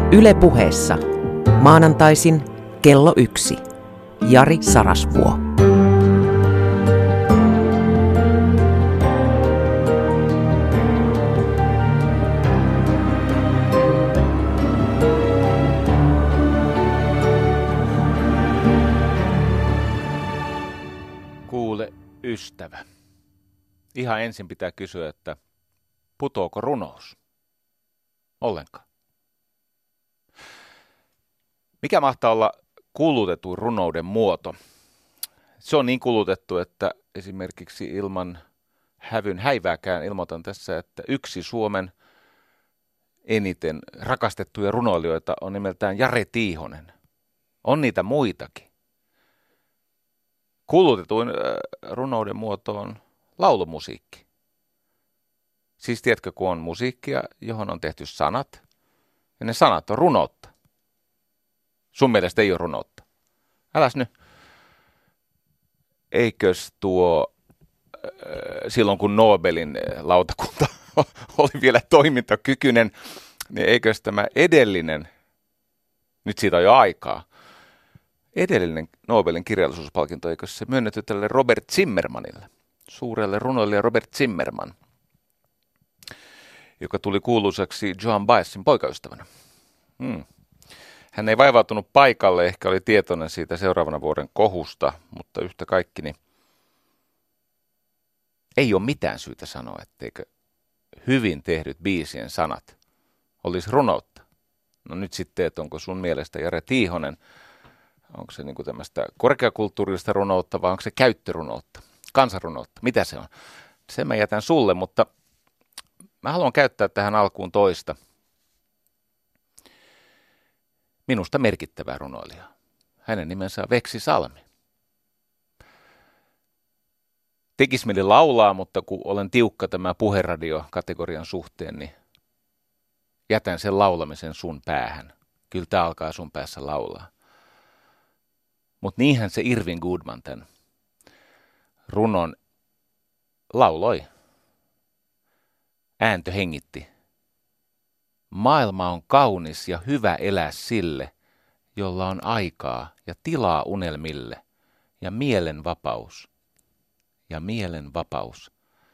Yle Puheessa. Maanantaisin kello 1. Jari Sarasvuo. Kuule, ystävä. Ihan ensin pitää kysyä, että putoako runous? Ollenkaan. Mikä mahtaa olla kulutetun runouden muoto? Se on niin kulutettu, että esimerkiksi ilman hävyn häivääkään ilmoitan tässä, että yksi Suomen eniten rakastettuja runoilijoita on nimeltään Jare Tiihonen. On niitä muitakin. Kulutetuin runouden muoto on laulumusiikki. Siis tiedätkö, kun on musiikkia, johon on tehty sanat, ja ne sanat on runoutta. Sun mielestä ei ole runoutta. Äläs nyt. Eikös tuo, silloin kun Nobelin lautakunta oli vielä toimintakykyinen, niin eikös tämä edellinen, nyt siitä on jo aikaa, edellinen Nobelin kirjallisuuspalkinto, eikös se myönnetty tälle Robert Zimmermannille, suurelle runoilija Robert Zimmermann, joka tuli kuuluisaksi Joan Baezin poikaystävänä. Hän ei vaivautunut paikalle, ehkä oli tietoinen siitä seuraavana vuoden kohusta, mutta yhtä kaikki, niin ei ole mitään syytä sanoa, etteikö hyvin tehdyt biisien sanat olisi runoutta. No nyt sitten, että onko sun mielestä Jare Tiihonen, onko se niinku tämmöistä korkeakulttuurista runoutta vai onko se käyttörunoutta, kansanrunoutta, mitä se on? Sen mä jätän sulle, mutta mä haluan käyttää tähän alkuun toista. Minusta merkittävää runoilijaa. Hänen nimensä on Veksi Salmi. Tekis mieli laulaa, mutta kun olen tiukka tämä puheradio-kategorian suhteen, niin jätän sen laulamisen sun päähän. Kyllä tää alkaa sun päässä laulaa. Mutta niinhän se Irving Goodman tämän runon lauloi. Ääntö hengitti. Maailma on kaunis ja hyvä elää sille, jolla on aikaa ja tilaa unelmille ja mielen vapaus. Ja mielen vapaus.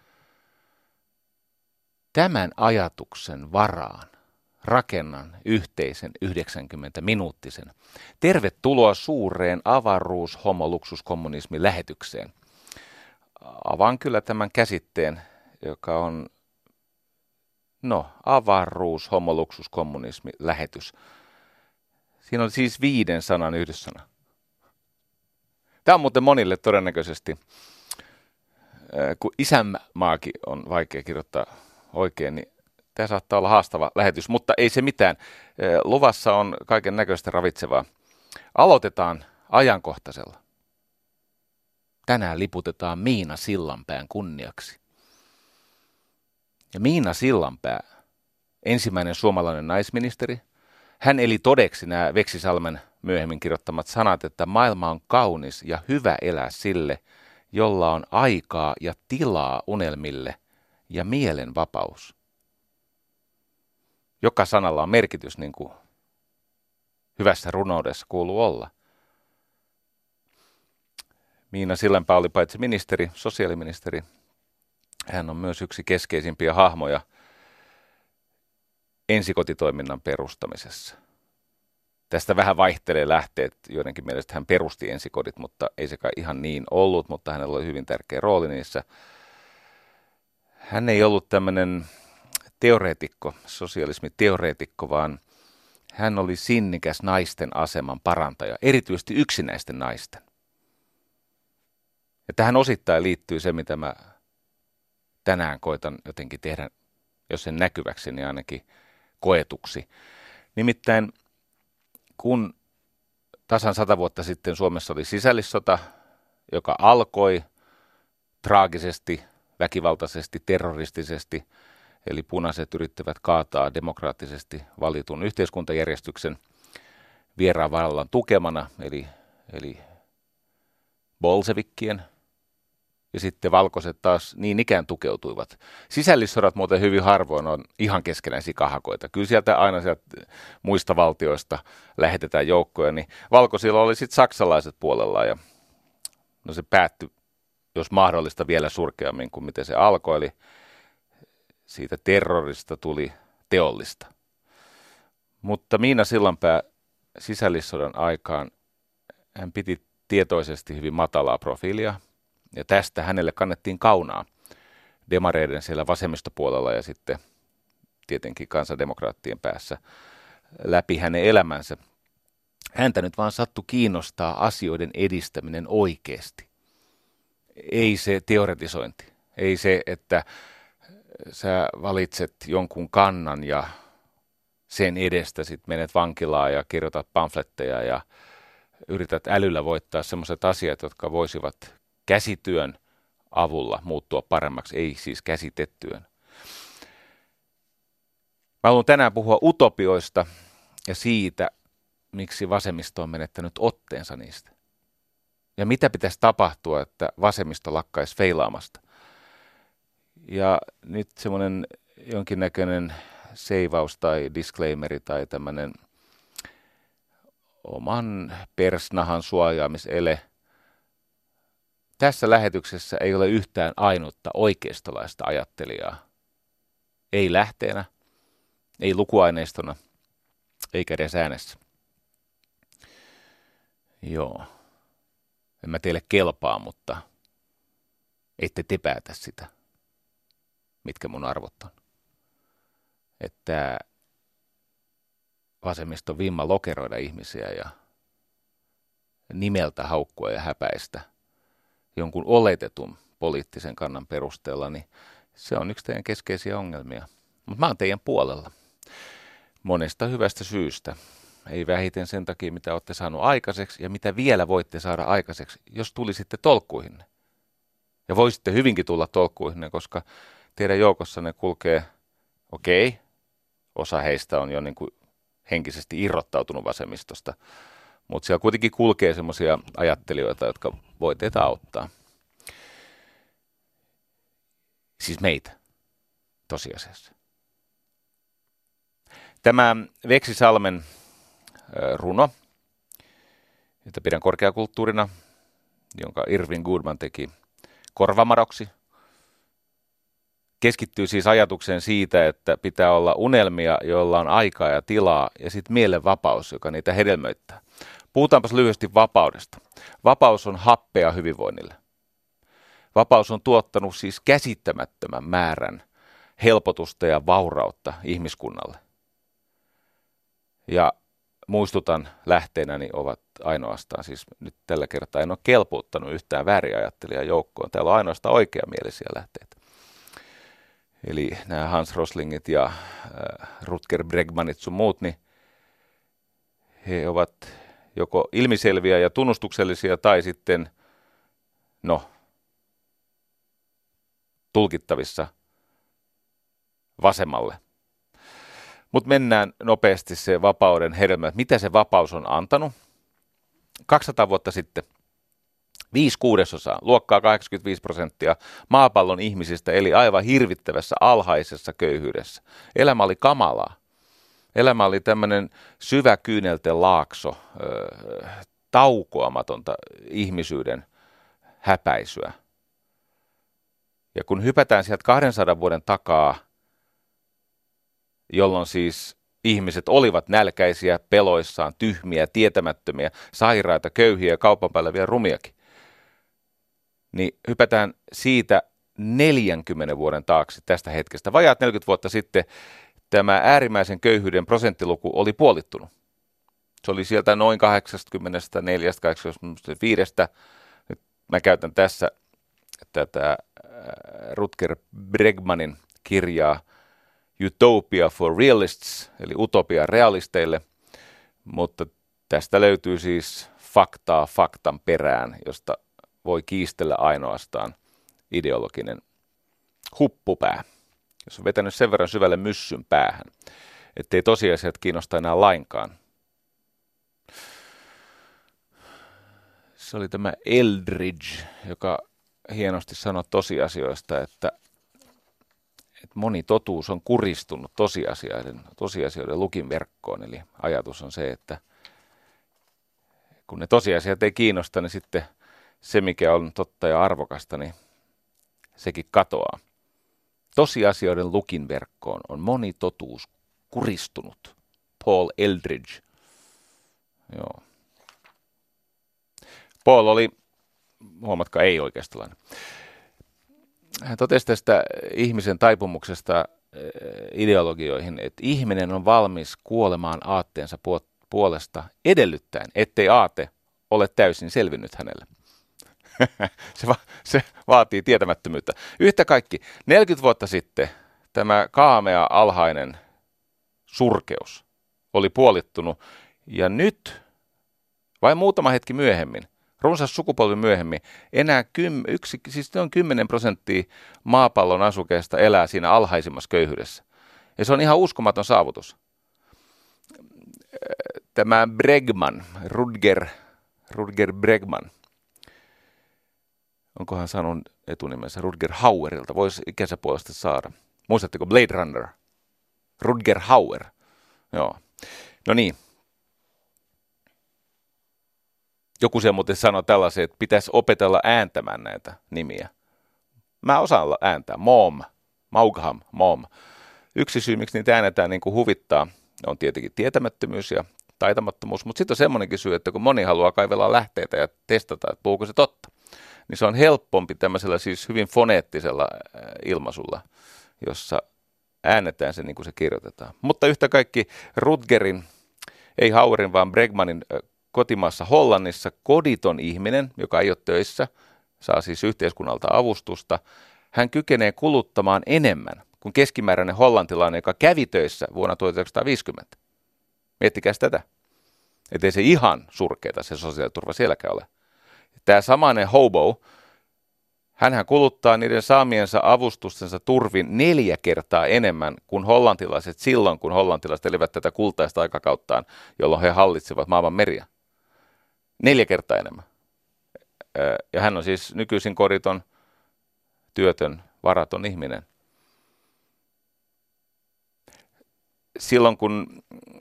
Tämän ajatuksen varaan rakennan yhteisen 90-minuuttisen. Tervetuloa suureen avaruus-homo-luksuskommunismin lähetykseen. Avaan kyllä tämän käsitteen, joka on avaruus, homoluksuskommunismi, lähetys. Siinä on siis 5 sanan yhdyssana. Tämä on muuten monille todennäköisesti, kun isänmaakin on vaikea kirjoittaa oikein, niin tämä saattaa olla haastava lähetys, mutta ei se mitään. Luvassa on kaiken näköistä ravitsevaa. Aloitetaan ajankohtaisella. Tänään liputetaan Miina Sillanpään kunniaksi. Ja Miina Sillanpää, ensimmäinen suomalainen naisministeri, hän eli todeksi nämä Veksi Salmen myöhemmin kirjoittamat sanat, että maailma on kaunis ja hyvä elää sille, jolla on aikaa ja tilaa unelmille ja mielen vapaus. Joka sanalla on merkitys, niin kuin hyvässä runoudessa kuuluu olla. Miina Sillanpää oli paitsi ministeri, sosiaaliministeri, hän on myös yksi keskeisimpiä hahmoja ensikotitoiminnan perustamisessa. Tästä vähän vaihtelee lähteet, joidenkin mielestä hän perusti ensikodit, mutta ei se kai ihan niin ollut, mutta hänellä oli hyvin tärkeä rooli niissä. Hän ei ollut tämmöinen teoreetikko, sosialismiteoreetikko, vaan hän oli sinnikäs naisten aseman parantaja, erityisesti yksinäisten naisten. Ja tähän osittain liittyy se, mitä mä tänään koitan jotenkin tehdä, jos sen näkyväksi, niin ainakin koetuksi. Nimittäin kun tasan 100 vuotta sitten Suomessa oli sisällissota, joka alkoi traagisesti, väkivaltaisesti, terroristisesti, eli punaiset yrittävät kaataa demokraattisesti valitun yhteiskuntajärjestyksen vieraan vallan tukemana, eli bolsevikkien ja sitten valkoiset taas niin ikään tukeutuivat. Sisällissodat muuten hyvin harvoin on ihan keskenäisiä kahakoita. Kyllä sieltä muista valtioista lähetetään joukkoja, niin valkoisilla oli sitten saksalaiset puolellaan ja no se päättyi, jos mahdollista, vielä surkeammin kuin miten se alkoi, eli siitä terrorista tuli teollista. Mutta Miina Sillanpää sisällissodan aikaan, hän piti tietoisesti hyvin matalaa profiilia, ja tästä hänelle kannettiin kaunaa demareiden siellä vasemmistopuolella ja sitten tietenkin kansandemokraattien päässä läpi hänen elämänsä. Häntä nyt vaan sattui kiinnostaa asioiden edistäminen oikeasti. Ei se teoretisointi, ei se, että sä valitset jonkun kannan ja sen edestä sit menet vankilaan ja kirjoitat pamfletteja ja yrität älyllä voittaa sellaiset asiat, jotka voisivat käsityön avulla muuttua paremmaksi, ei siis käsitetyön. Mä haluan tänään puhua utopioista ja siitä, miksi vasemmisto on menettänyt otteensa niistä. Ja mitä pitäisi tapahtua, että vasemmisto lakkaisi feilaamasta. Ja nyt semmoinen jonkinnäköinen seivaus tai disclaimeri tai tämmöinen oman persnahan suojaamisele. Tässä lähetyksessä ei ole yhtään ainutta oikeistolaista ajattelijaa. Ei lähteenä, ei lukuaineistona, eikä edes äänessä. Joo. En mä teille kelpaa, mutta ette te päätä sitä, mitkä mun arvot on. Että vasemmiston vimma lokeroida ihmisiä ja nimeltä haukkua ja häpäistä jonkun oletetun poliittisen kannan perusteella, niin se on yksi teidän keskeisiä ongelmia. Mutta mä oon teidän puolella monesta hyvästä syystä. Ei vähiten sen takia, mitä olette saanut aikaiseksi ja mitä vielä voitte saada aikaiseksi, jos tulisitte tolkkuihinne. Ja voisitte hyvinkin tulla tolkkuihinne, koska teidän joukossanne kulkee, okei, osa heistä on jo niin kuin henkisesti irrottautunut vasemmistosta, mutta siellä kuitenkin kulkee semmoisia ajattelijoita, jotka voi teitä auttaa. Siis meitä, tosiasiassa. Tämä Veksi Salmen runo, jota pidän korkeakulttuurina, jonka Irving Goodman teki korvamaroksi, keskittyy siis ajatukseen siitä, että pitää olla unelmia, joilla on aikaa ja tilaa, ja sitten mielenvapaus, joka niitä hedelmöittää. Puhutaanpas lyhyesti vapaudesta. Vapaus on happea hyvinvoinnille. Vapaus on tuottanut siis käsittämättömän määrän helpotusta ja vaurautta ihmiskunnalle. Ja muistutan, lähteenäni ovat ainoastaan, siis nyt tällä kertaa en ole kelpuuttanut yhtään vääriajattelijaa joukkoon. Täällä on ainoastaan oikeamielisiä lähteitä. Eli nämä Hans Roslingit ja Rutger Bregmanit sun muut, niin he ovat joko ilmiselviä ja tunnustuksellisia tai sitten, tulkittavissa vasemmalle. Mutta mennään nopeasti se vapauden hedelmä, että mitä se vapaus on antanut. 200 vuotta sitten 5/6, luokkaa 85% maapallon ihmisistä eli aivan hirvittävässä alhaisessa köyhyydessä. Elämä oli kamalaa. Elämä oli tämmöinen syvä kyynelten laakso, taukoamatonta ihmisyyden häpäisyä. Ja kun hypätään sieltä 200 vuoden takaa, jolloin siis ihmiset olivat nälkäisiä, peloissaan, tyhmiä, tietämättömiä, sairaita, köyhiä ja kaupan päällä vielä rumiakin, niin hypätään siitä 40 vuoden taakse tästä hetkestä. Vajaat 40 vuotta sitten tämä äärimmäisen köyhyyden prosenttiluku oli puolittunut. Se oli sieltä noin 84-85. Nyt mä käytän tässä tätä Rutger Bregmanin kirjaa Utopia for Realists, eli utopia realisteille, mutta tästä löytyy siis faktaa faktan perään, josta voi kiistellä ainoastaan ideologinen huppupää, jos on vetänyt sen verran syvälle myssyn päähän, ettei tosiasiat kiinnosta enää lainkaan. Se oli tämä Eldridge, joka hienosti sanoa tosiasioista, että moni totuus on kuristunut tosiasioiden lukin verkkoon. Eli ajatus on se, että kun ne tosiasiat ei kiinnosta, niin sitten se, mikä on totta ja arvokasta, niin sekin katoaa. Tosiasioiden lukin verkkoon on moni totuus kuristunut. Paul Eldridge. Joo. Paul oli, huomatkaa, ei oikeistolainen. Hän totesi tästä ihmisen taipumuksesta ideologioihin, että ihminen on valmis kuolemaan aatteensa puolesta edellyttäen, ettei aate ole täysin selvinnyt hänelle. Se vaatii tietämättömyyttä. Yhtä kaikki, 40 vuotta sitten tämä kaamea alhainen surkeus oli puolittunut ja nyt, vain muutama hetki myöhemmin, runsas sukupolvi myöhemmin, enää siis noin 10% maapallon asukkeista elää siinä alhaisimmassa köyhyydessä. Ja se on ihan uskomaton saavutus. Tämä Bregman, Rutger Bregman, onkohan sanon etunimensä Rutger Hauerilta, voisi ikänsä puolesta saada. Muistatteko Blade Runner? Rutger Hauer. Joo. No niin. Joku se muuten sanoi tällaisen, että pitäisi opetella ääntämään näitä nimiä. Mä osaan ääntää. Maugham, Mom. Yksi syy, miksi niitä äänetään niin kuin huvittaa, on tietenkin tietämättömyys ja taitamattomuus, mutta sitten on semmoinenkin syy, että kun moni haluaa kaivella lähteitä ja testata, että puhuuko se totta, niin se on helpompi tämmöisellä siis hyvin foneettisella ilmaisulla, jossa äännetään se niin kuin se kirjoitetaan. Mutta yhtä kaikki Rutgerin, ei Hauerin, vaan Bregmanin kotimaassa Hollannissa koditon ihminen, joka ei ole töissä, saa siis yhteiskunnalta avustusta, hän kykenee kuluttamaan enemmän kuin keskimääräinen hollantilainen, joka kävi töissä vuonna 1950. Miettikää tätä. Ettei se ihan surkeeta se sosiaaliturva sielläkään ole. Tämä samainen hobo, hänhän kuluttaa niiden saamiensa avustustensa turvin 4 kertaa enemmän kuin hollantilaiset silloin, kun hollantilaiset elivät tätä kultaista aikakauttaan, jolloin he hallitsevat maailman meriä. 4 kertaa enemmän. Ja hän on siis nykyisin koditon, työtön, varaton ihminen. Silloin kun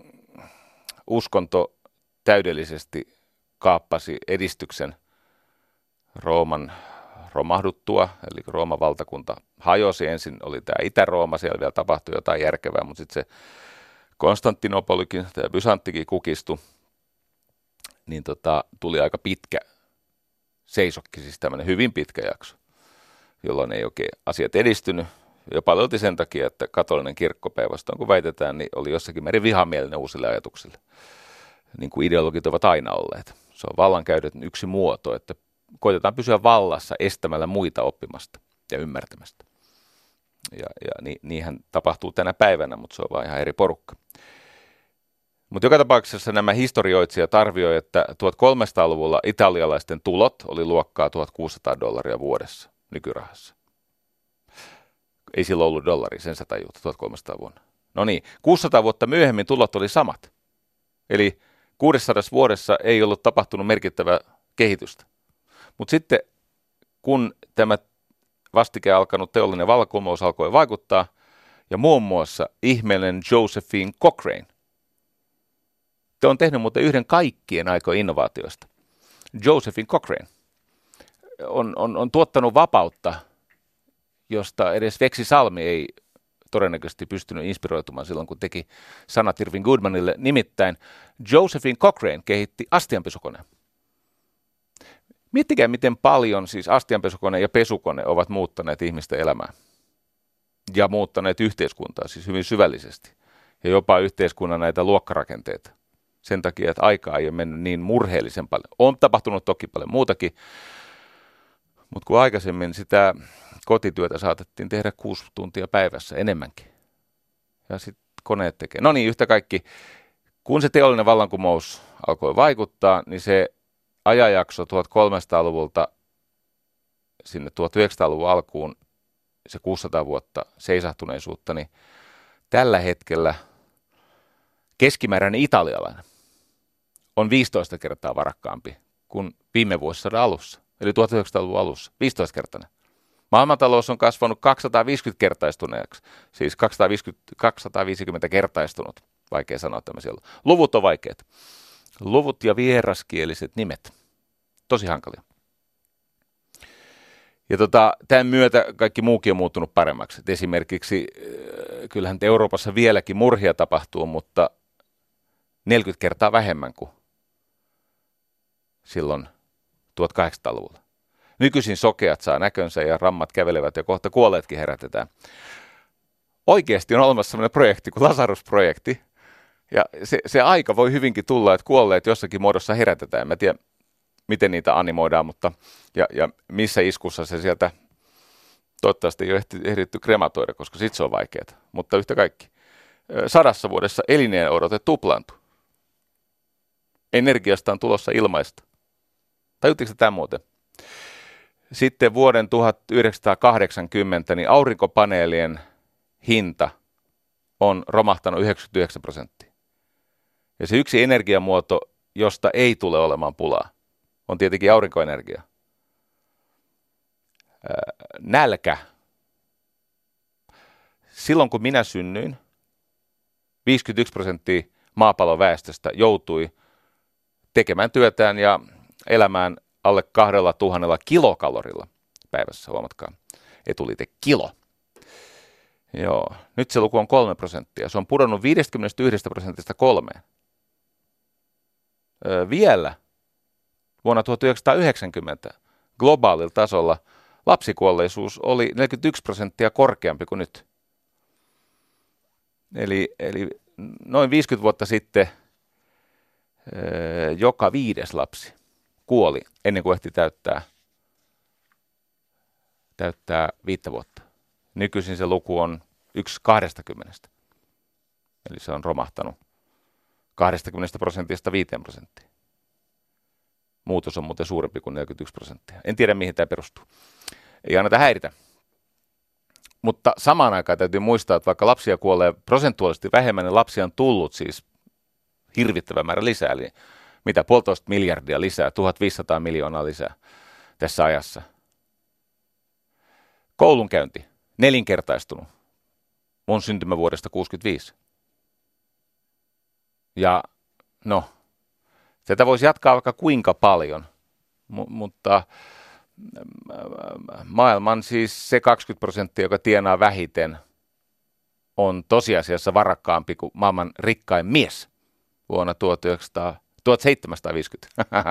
uskonto täydellisesti kaappasi edistyksen Rooman romahduttua, eli Rooman valtakunta hajosi. Ensin oli tämä Itä-Rooma, siellä vielä tapahtui jotain järkevää, mutta sitten se Konstantinopolikin, tämä Bysanttikin kukistui, niin tuli aika pitkä seisokki, siis tämmöinen hyvin pitkä jakso, jolloin ei oikein asiat edistynyt. Ja paljolti sen takia, että katolinen kirkko päinvastoin, kun väitetään, niin oli jossakin määrin vihamielinen uusille ajatuksille, niin kuin ideologit ovat aina olleet. Se on vallankäytön yksi muoto, että koitetaan pysyä vallassa estämällä muita oppimasta ja ymmärtämästä. Ja niinhän tapahtuu tänä päivänä, mutta se on vaan ihan eri porukka. Mutta joka tapauksessa nämä historioitsijat arvioivat, että 1300-luvulla italialaisten tulot oli luokkaa $1,600 vuodessa nykyrahassa. Ei silloin ollut dollari, sen sä tajuut, 1300 vuonna. No niin, 600 vuotta myöhemmin tulot oli samat. Eli 600 vuodessa ei ollut tapahtunut merkittävää kehitystä. Mutta sitten kun tämä vastikään alkanut teollinen vallankumous alkoi vaikuttaa, ja muun muassa ihmeellinen Josephine Cochrane, te on tehnyt muuten yhden kaikkien aikojen innovaatioista. Josephine Cochrane on tuottanut vapautta, josta edes Veksi Salmi ei todennäköisesti pystynyt inspiroitumaan silloin, kun teki sanat Irving Goodmanille. Nimittäin Josephine Cochrane kehitti astianpesukoneen. Miettikää, miten paljon siis astianpesukone ja pesukone ovat muuttaneet ihmisten elämää ja muuttaneet yhteiskuntaa siis hyvin syvällisesti ja jopa yhteiskunnan näitä luokkarakenteita. Sen takia, että aikaa ei ole mennyt niin murheellisen paljon. On tapahtunut toki paljon muutakin, mutta kun aikaisemmin sitä kotityötä saatettiin tehdä 6 tuntia päivässä enemmänkin. Ja sitten koneet tekee. No niin, yhtä kaikki, kun se teollinen vallankumous alkoi vaikuttaa, niin se ajanjakso 1300-luvulta sinne 1900-luvun alkuun, se 600 vuotta seisahtuneisuutta, niin tällä hetkellä keskimääräinen italialainen on 15 kertaa varakkaampi kuin viime vuosisadan alussa. eli 1900-luvun alussa, 15-kertainen. Maailmantalous on kasvanut 250-kertaistuneeksi, siis 250-kertaistunut. Vaikea sanoa tämmöisiä. Luvut on vaikeat. Luvut ja vieraskieliset nimet. Tosi hankalia. Ja tämän myötä kaikki muukin on muuttunut paremmaksi. Et esimerkiksi kyllähän Euroopassa vieläkin murhia tapahtuu, mutta 40 kertaa vähemmän kuin silloin 1800-luvulla. Nykyisin sokeat saa näkönsä ja rammat kävelevät ja kohta kuolleetkin herätetään. Oikeasti on olemassa sellainen projekti kuin Lazarus-projekti. Ja se aika voi hyvinkin tulla, että kuolleet jossakin muodossa herätetään. En mä tiedä, miten niitä animoidaan, mutta ja missä iskussa se sieltä toivottavasti ei ole ehditty krematoida, koska sit se on vaikeaa. Mutta yhtä kaikki. 100 vuodessa elinjään odote tuplaantui. Energiasta on tulossa ilmaista. Tajutteko tämän muuten? Sitten vuoden 1980 niin aurinkopaneelien hinta on romahtanut 99%. Ja se yksi energiamuoto, josta ei tule olemaan pulaa, on tietenkin aurinkoenergia. Nälkä. Silloin kun minä synnyin, 51% maapallon väestöstä joutui tekemään työtään ja elämään alle 2000 kilokalorilla päivässä, huomatkaa. Etuliite kilo. Joo, nyt se luku on 3%. Se on pudonnut 51% 3%. Vielä vuonna 1990 globaalilla tasolla lapsikuolleisuus oli 41% korkeampi kuin nyt. Eli noin 50 vuotta sitten joka 5. lapsi kuoli ennen kuin ehti täyttää 5 vuotta. Nykyisin se luku on 1/20. Eli se on romahtanut 20% 5%. Muutos on muuten suurempi kuin 41%. En tiedä, mihin tämä perustuu. Ei anneta häiritä. Mutta samaan aikaan täytyy muistaa, että vaikka lapsia kuolee prosentuaalisesti vähemmän, niin lapsia on tullut siis hirvittävä määrä lisää. Eli mitä 1,5 miljardia lisää, 1500 miljoonaa lisää tässä ajassa. Koulunkäynti, 4-kertaistunut mun syntymävuodesta 65. Ja no, tätä voisi jatkaa vaikka kuinka paljon, mutta maailman siis se 20%, joka tienaa vähiten, on tosiasiassa varakkaampi kuin maailman rikkain mies vuonna 1750.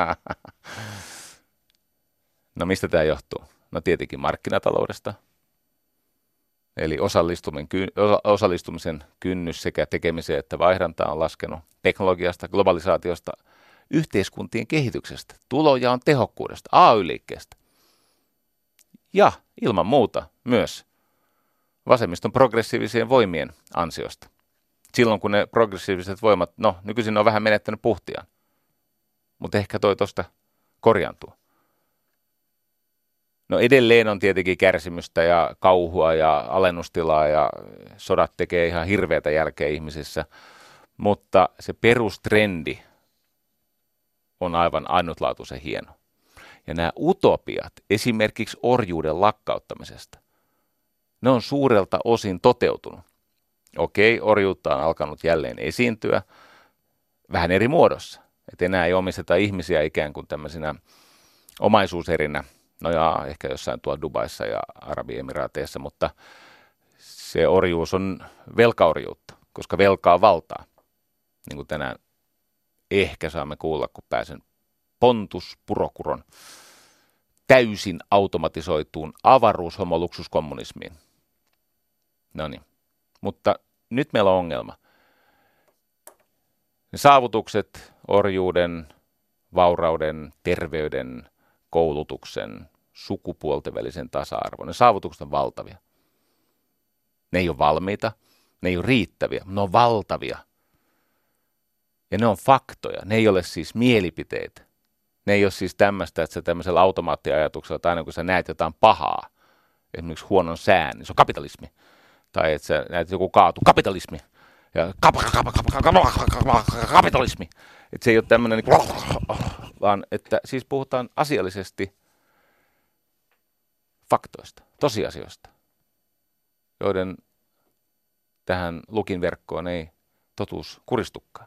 No mistä tämä johtuu? No tietenkin markkinataloudesta. Eli osallistumisen kynnys sekä tekemiseen että vaihdantaan on laskenut, teknologiasta, globalisaatiosta, yhteiskuntien kehityksestä, tulojaon tehokkuudesta, AY-liikkeestä. Ja ilman muuta myös vasemmiston progressiivisien voimien ansiosta. Silloin kun ne progressiiviset voimat, no nykyisin on vähän menettänyt puhtiaan, mutta ehkä toi tuosta korjaantuu. No edelleen on tietenkin kärsimystä ja kauhua ja alennustilaa ja sodat tekee ihan hirveätä jälkeä ihmisissä, mutta se perustrendi on aivan ainutlaatuisen hieno. Ja nämä utopiat, esimerkiksi orjuuden lakkauttamisesta, ne on suurelta osin toteutunut. Okei, orjuutta on alkanut jälleen esiintyä vähän eri muodossa. Että enää ei omisteta ihmisiä ikään kuin tämmöisinä omaisuuserinä. No ja ehkä jossain tuolla Dubaissa ja Arabiemiraateissa, mutta se orjuus on velkaorjuutta, koska velkaa valtaa. Niin kuin tänään ehkä saamme kuulla, kun pääsen Pontus Purokuron täysin automatisoituun avaruushomoluksuskommunismiin. No niin, mutta nyt meillä on ongelma. Ne saavutukset, orjuuden, vaurauden, terveyden, koulutuksen, sukupuolten välisen tasa-arvon, ne saavutukset on valtavia. Ne ei ole valmiita, ne ei ole riittäviä, ne on valtavia. Ja ne on faktoja, ne ei ole siis mielipiteitä. Ne ei ole siis tämmöistä, että sä tämmöisellä automaattiajatuksella, tai aina kun sä näet jotain pahaa, esimerkiksi huonon sään, niin se on kapitalismi. Tai että sä näet joku kaatu, kapitalismi. Ja kapitalismi. Että se ei ole tämmöinen, vaan että siis puhutaan asiallisesti faktoista, tosiasioista, joiden tähän lukin verkkoon ei totuus kuristukaan.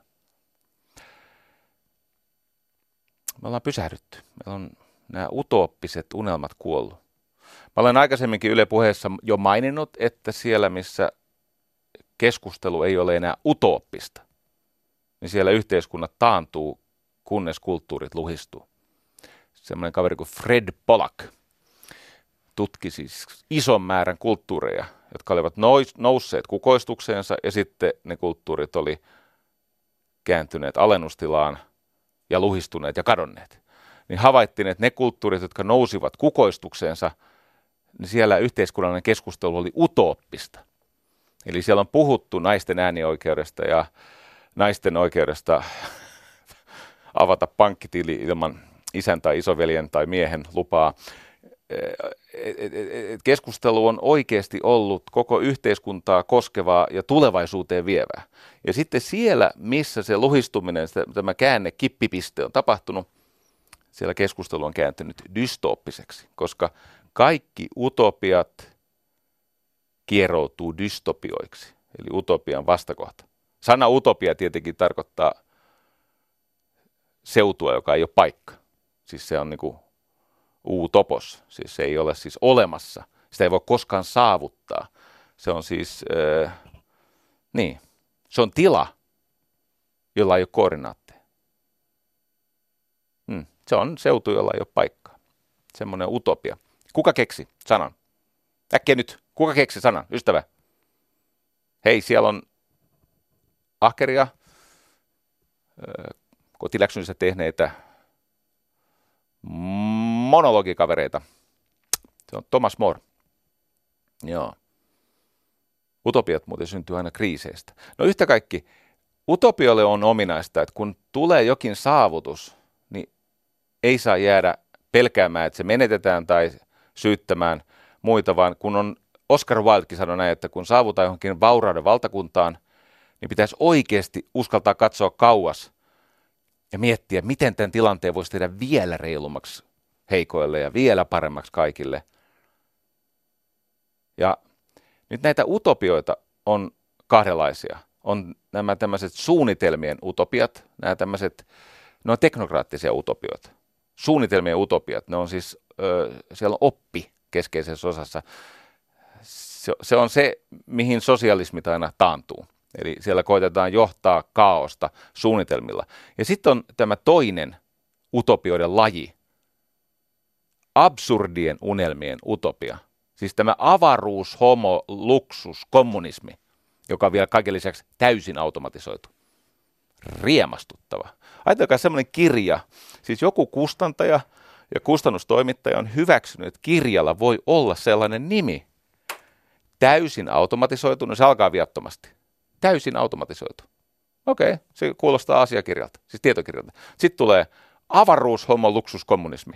Me ollaan pysähdytty. Meillä on nämä utooppiset unelmat kuollut. Mä olen aikaisemminkin Yle Puheessa jo maininnut, että siellä missä keskustelu ei ole enää utooppista, niin siellä yhteiskunnat taantuu, kunnes kulttuurit luhistuu. Semmoinen kaveri kuin Fred Pollack tutki siis ison määrän kulttuureja, jotka olivat nousseet kukoistukseensa ja sitten ne kulttuurit oli kääntyneet alennustilaan ja luhistuneet ja kadonneet. Niin havaittiin, että ne kulttuurit, jotka nousivat kukoistukseensa, niin siellä yhteiskunnallinen keskustelu oli utooppista. Eli siellä on puhuttu naisten äänioikeudesta ja naisten oikeudesta avata pankkitili ilman isän tai isoveljen tai miehen lupaa. Keskustelu on oikeasti ollut koko yhteiskuntaa koskevaa ja tulevaisuuteen vievää. Ja sitten siellä, missä se luhistuminen, tämä käänne, kippipiste on tapahtunut, siellä keskustelu on kääntynyt dystooppiseksi, koska kaikki utopiat kieroutuu dystopioiksi, eli utopian vastakohta. Sana utopia tietenkin tarkoittaa seutua, joka ei ole paikka. Siis se on niin kuin utopos, siis se ei ole siis olemassa. Sitä ei voi koskaan saavuttaa. Se on siis, se on tila, jolla ei ole koordinaatteja. Se on seutu, jolla ei ole paikkaa. Semmoinen utopia. Kuka keksi sanan? Äkkiä nyt. Kuka keksi sanan? Ystävä. Hei, siellä on ahkeria, kotiläksynsä tehneitä monologikavereita. Se on Thomas More. Joo. Utopiat muuten syntyy aina kriiseistä. No yhtä kaikki, utopiolle on ominaista, että kun tulee jokin saavutus, niin ei saa jäädä pelkäämään, että se menetetään tai syyttämään muita, vaan kun on Oscar Wildekin sanoi näin, että kun saavutaan johonkin vaurauden valtakuntaan, niin pitäisi oikeasti uskaltaa katsoa kauas ja miettiä, miten tämän tilanteen voisi tehdä vielä reilummaksi heikoille ja vielä paremmaksi kaikille. Ja nyt näitä utopioita on kahdenlaisia. On nämä tämmöiset suunnitelmien utopiat, nämä tämmöiset, ne on teknokraattisia utopioita. Suunnitelmien utopiat, ne on siis, siellä on oppi keskeisessä osassa. Se on se, mihin sosialismit aina taantuu. Eli siellä koitetaan johtaa kaaosta suunnitelmilla. Ja sitten on tämä toinen utopioiden laji, absurdien unelmien utopia. Siis tämä avaruus, homo, luksus, kommunismi, joka on vielä kaiken lisäksi täysin automatisoitu. Riemastuttava. Ajatelkaa semmoinen kirja, siis joku kustantaja ja kustannustoimittaja on hyväksynyt, että kirjalla voi olla sellainen nimi. Täysin automatisoitu, no se alkaa viattomasti. Täysin automatisoitu. Okei, se kuulostaa asiakirjalta, siis tietokirjalta. Sitten tulee avaruus, homo, luksus, kommunismi.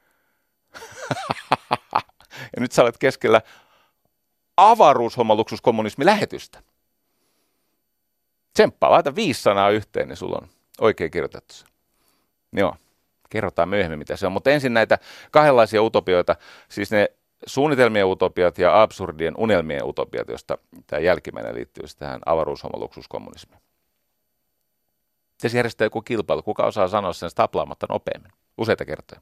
Ja nyt sä olet keskellä avaruus, homo, luksus, kommunismi lähetystä. Tsemppaa, laita 5 sanaa yhteen, niin sulla on oikein kirjoitettu se. Joo, kerrotaan myöhemmin mitä se on. Mutta ensin näitä kahdenlaisia utopioita, siis ne suunnitelmien utopiat ja absurdien unelmien utopiat, josta tämä jälkimmäinen liittyy tähän avaruus, homo, luksus, kommunismiin. Pitäisi järjestää joku kilpailu, kuka osaa sanoa sen staplaamatta nopeammin, useita kertoja.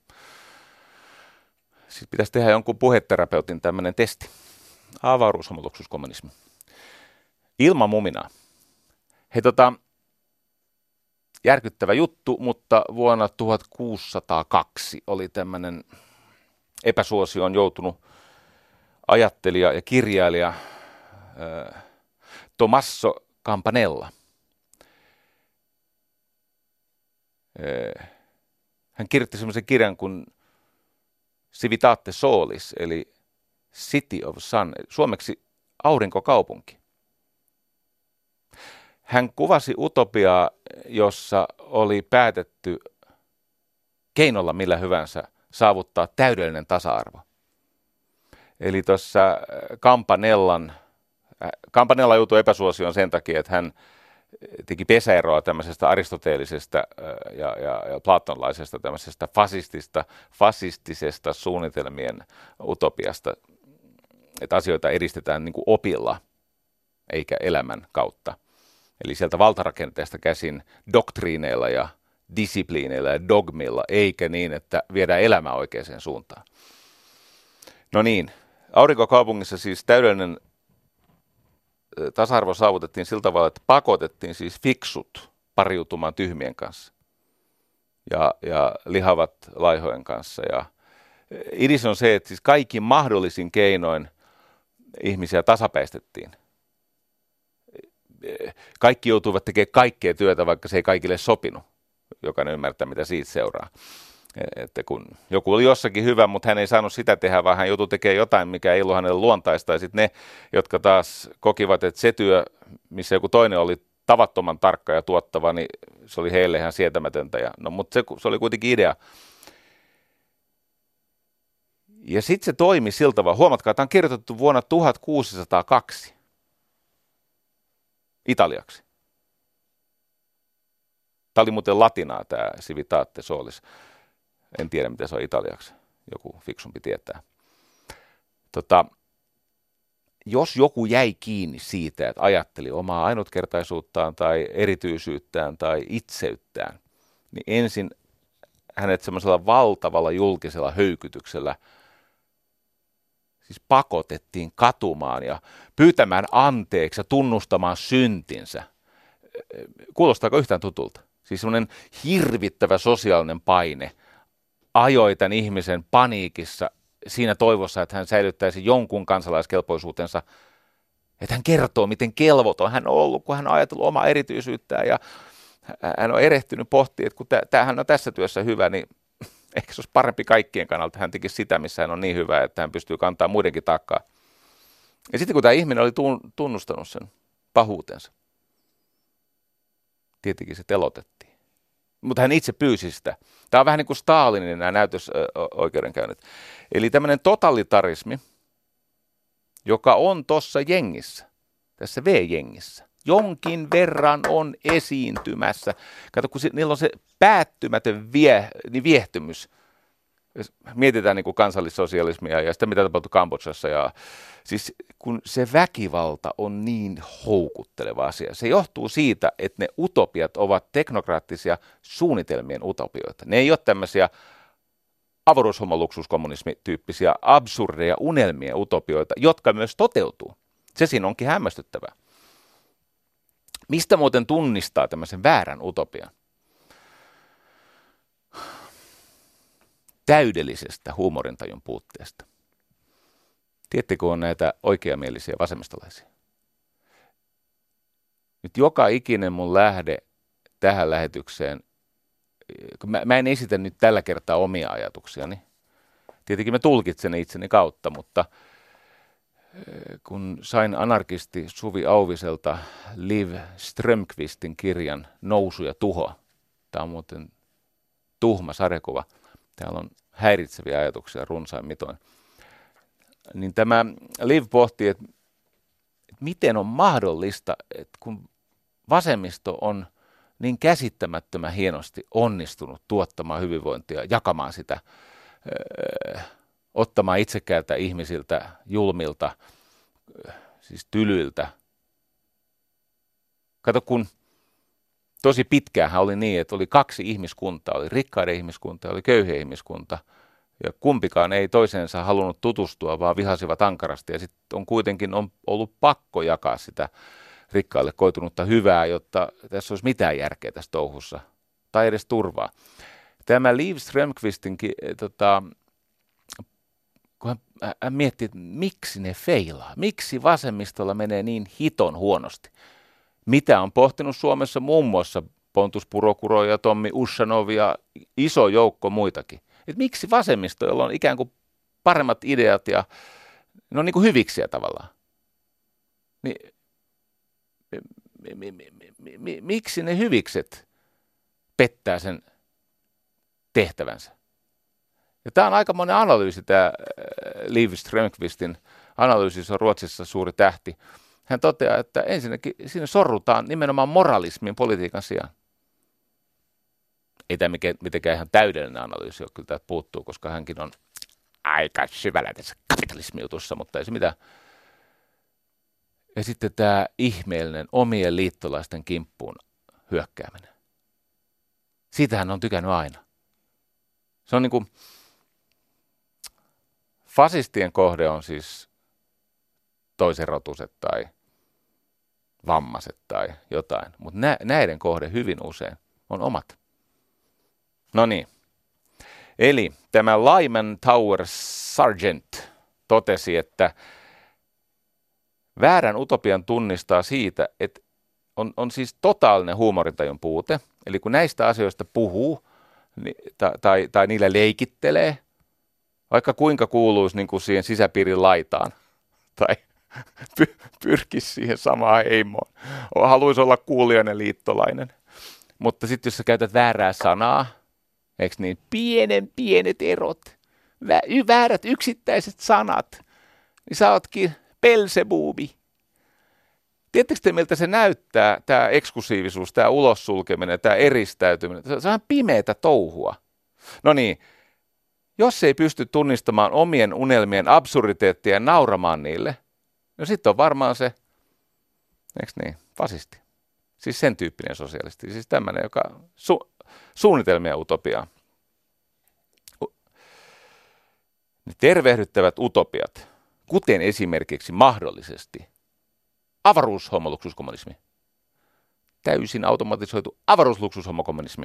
Siis pitäisi tehdä jonkun puheterapeutin tämmöinen testi. Avaruus, homo, luksus, kommunismi. Ilman muminaa. Hei järkyttävä juttu, mutta vuonna 1602 oli tämmöinen epäsuosioon joutunut ajattelija ja kirjailija Tommaso Campanella. Hän kirjoitti semmoisen kirjan kuin Civitate Solis, eli City of Sun, suomeksi aurinkokaupunki. Hän kuvasi utopiaa, jossa oli päätetty keinolla millä hyvänsä saavuttaa täydellinen tasa-arvo. Eli tuossa Campanella joutui epäsuosioon sen takia, että hän teki pesäeroa tämmöisestä aristoteelisesta ja platonlaisesta tämmöisestä fasistisesta suunnitelmien utopiasta, että asioita edistetään niin kuin opilla eikä elämän kautta. Eli sieltä valtarakenteesta käsin doktriineilla ja disipliineilla ja dogmilla, eikä niin, että viedään elämää oikeaan suuntaan. No niin, Aurinkokaupungissa siis täydellinen tasa-arvo saavutettiin sillä tavalla, että pakotettiin siis fiksut pariutumaan tyhmien kanssa ja lihavat laihojen kanssa. Ja idis on se, että siis kaikki mahdollisin keinoin ihmisiä tasapäistettiin. Kaikki joutuivat tekemään kaikkea työtä, vaikka se ei kaikille sopinut. Jokainen ymmärtää, mitä siitä seuraa. Että kun joku oli jossakin hyvä, mutta hän ei saanut sitä tehdä, vaan hän joutui tekemään jotain, mikä ei ollut hänelle luontaista. Ja sitten ne, jotka taas kokivat, että se työ, missä joku toinen oli tavattoman tarkka ja tuottava, niin se oli heille ihan sietämätöntä. Mutta se oli kuitenkin idea. Ja sitten se toimi sillä tavalla. Huomatkaa, että tämä on kirjoitettu vuonna 1602 italiaksi. Tämä oli muuten latinaa, tämä civitate solis. En tiedä, mitä se on italiaksi. Joku fiksumpi tietää. Jos joku jäi kiinni siitä, että ajatteli omaa ainutkertaisuuttaan tai erityisyyttään tai itseyttään, niin ensin hänet semmoisella valtavalla julkisella höykytyksellä siis pakotettiin katumaan ja pyytämään anteeksi ja tunnustamaan syntinsä. Kuulostaako yhtään tutulta? Siis semmoinen hirvittävä sosiaalinen paine ajoi tämän ihmisen paniikissa siinä toivossa, että hän säilyttäisi jonkun kansalaiskelpoisuutensa, että hän kertoo, miten kelvoton hän on ollut, kun hän on ajatellut omaa erityisyyttään ja hän on erehtynyt pohtia, että kun hän on tässä työssä hyvä, niin ehkä se olisi parempi kaikkien kannalta, hän tekisi sitä, missä hän on niin hyvä, että hän pystyy kantaa muidenkin taakkaa. Ja sitten kun tämä ihminen oli tunnustanut sen pahuutensa, tietenkin se telotettiin. Mutta hän itse pyysi sitä. Tämä on vähän niin kuin Stalinin nämä näytösoikeudenkäynnit. Eli tämmöinen totalitarismi, joka on tuossa jengissä, tässä V-jengissä, jonkin verran on esiintymässä. Kato, kun niillä on se päättymätön viehtymys. Mietitään niin kuin kansallissosialismia ja sitä, mitä tapahtui Kambodžassa. Ja siis kun se väkivalta on niin houkutteleva asia, se johtuu siitä, että ne utopiat ovat teknokraattisia suunnitelmien utopioita. Ne ei ole tämmöisiä avaruushomoluksuskommunismityyppisiä absurdeja unelmien utopioita, jotka myös toteutuu. Se siinä onkin hämmästyttävää. Mistä muuten tunnistaa tämmöisen väärän utopian? Täydellisestä huumorintajun puutteesta. Tiedättekö, on näitä oikeamielisiä vasemmistolaisia? Nyt joka ikinen mun lähde tähän lähetykseen, mä en esitä nyt tällä kertaa omia ajatuksiani. Tietenkin mä tulkitsen itseni kautta, mutta kun sain anarkisti Suvi Auviselta Liv Strömqvistin kirjan Nousu ja tuho, tämä on muuten tuhma sarjakuva, täällä on häiritseviä ajatuksia runsain mitoin, niin tämä Liv pohtii, että miten on mahdollista, että kun vasemmisto on niin käsittämättömän hienosti onnistunut tuottamaan hyvinvointia, jakamaan sitä, ottamaan itsekkäältä ihmisiltä, julmilta, siis tylyiltä. Kato, kun tosi pitkäänhän oli niin, että oli kaksi ihmiskuntaa, oli rikkaiden ihmiskunta ja oli köyhien ihmiskunta. Ja kumpikaan ei toiseensa halunnut tutustua, vaan vihasivat ankarasti. Ja sitten on kuitenkin ollut pakko jakaa sitä rikkaille koitunutta hyvää, jotta tässä olisi mitään järkeä tässä touhussa. Tai edes turvaa. Tämä Liv Strömqvistin, kun hän miettii, että miksi ne feilaa, miksi vasemmistolla menee niin hiton huonosti. Mitä on pohtinut Suomessa muun muassa Pontus Purokuro ja Tommi Ushanov ja iso joukko muitakin. Että miksi vasemmisto, jolla on ikään kuin paremmat ideat ja ne on niin kuin hyviksiä tavallaan. Miksi ne hyvikset pettää sen tehtävänsä? Ja tämä on aikamoinen analyysi, tämä Liv Strömqvistin analyysi, se on Ruotsissa suuri tähti. Hän toteaa, että ensinnäkin siinä sorrutaan nimenomaan moralismin politiikan sijaan. Ei tämä mitenkään ihan täydellinen analyysi ole, kyllä täältä puuttuu, koska hänkin on aika syvällä tässä kapitalismiutussa, mutta ei se mitään. Ja sitten tämä ihmeellinen omien liittolaisten kimppuun hyökkääminen. Siitä hän on tykännyt aina. Se on niin kuin, fasistien kohde on siis toisenrotuiset tai vammaiset tai jotain, mutta näiden kohde hyvin usein on omat. No niin. Eli tämä Lyman Tower Sargent totesi, että väärän utopian tunnistaa siitä, että on siis totaalinen huumorintajun puute. Eli kun näistä asioista puhuu tai niillä leikittelee, vaikka kuinka kuuluisi niin kuin siihen sisäpiirin laitaan tai pyrkisi siihen samaan heimoon. Haluaisi olla kuulijainen liittolainen. Mutta sitten jos sä käytät väärää sanaa, eikö niin, pienet erot, väärät yksittäiset sanat, niin sä ootkin Belzebubi. Tiedättekö te, miltä se näyttää, tämä eksklusiivisuus, tämä ulossulkeminen, tämä eristäytyminen? Se on ihan pimeätä touhua. No niin, jos ei pysty tunnistamaan omien unelmien absurditeettia ja nauramaan niille, no sitten on varmaan se, eikö niin, fasisti. Siis sen tyyppinen sosialisti, siis tämmöinen, joka suunnitelmia utopiaa. Ne tervehdyttävät utopiat, kuten esimerkiksi mahdollisesti avaruushomoluksuskommunismi, täysin automatisoitu avaruusluksushomokommunismi,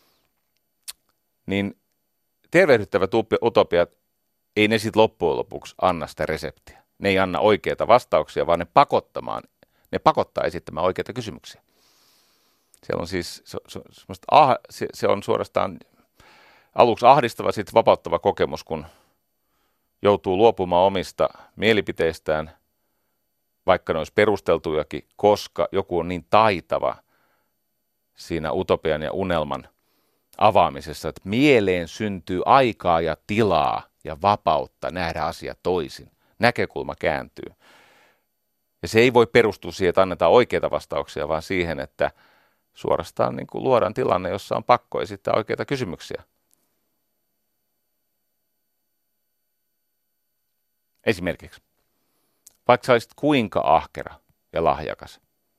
niin tervehdyttävät utopiat, ei ne sitten loppujen lopuksi anna sitä reseptiä. Ne ei anna oikeita vastauksia, vaan ne pakottaa esittämään oikeita kysymyksiä. Siellä on siis, se on suorastaan aluksi ahdistava, sitten vapauttava kokemus, kun joutuu luopumaan omista mielipiteistään, vaikka ne olisi perusteltujakin, koska joku on niin taitava siinä utopian ja unelman avaamisessa, että mieleen syntyy aikaa ja tilaa ja vapautta nähdä asia toisin. Näkökulma kääntyy. Ja se ei voi perustua siihen, että annetaan oikeita vastauksia, vaan siihen, että suorastaan niin kuin luodaan tilanne, jossa on pakko esittää oikeita kysymyksiä. Esimerkiksi, vaikka sä olisit kuinka ahkera ja lahjakas,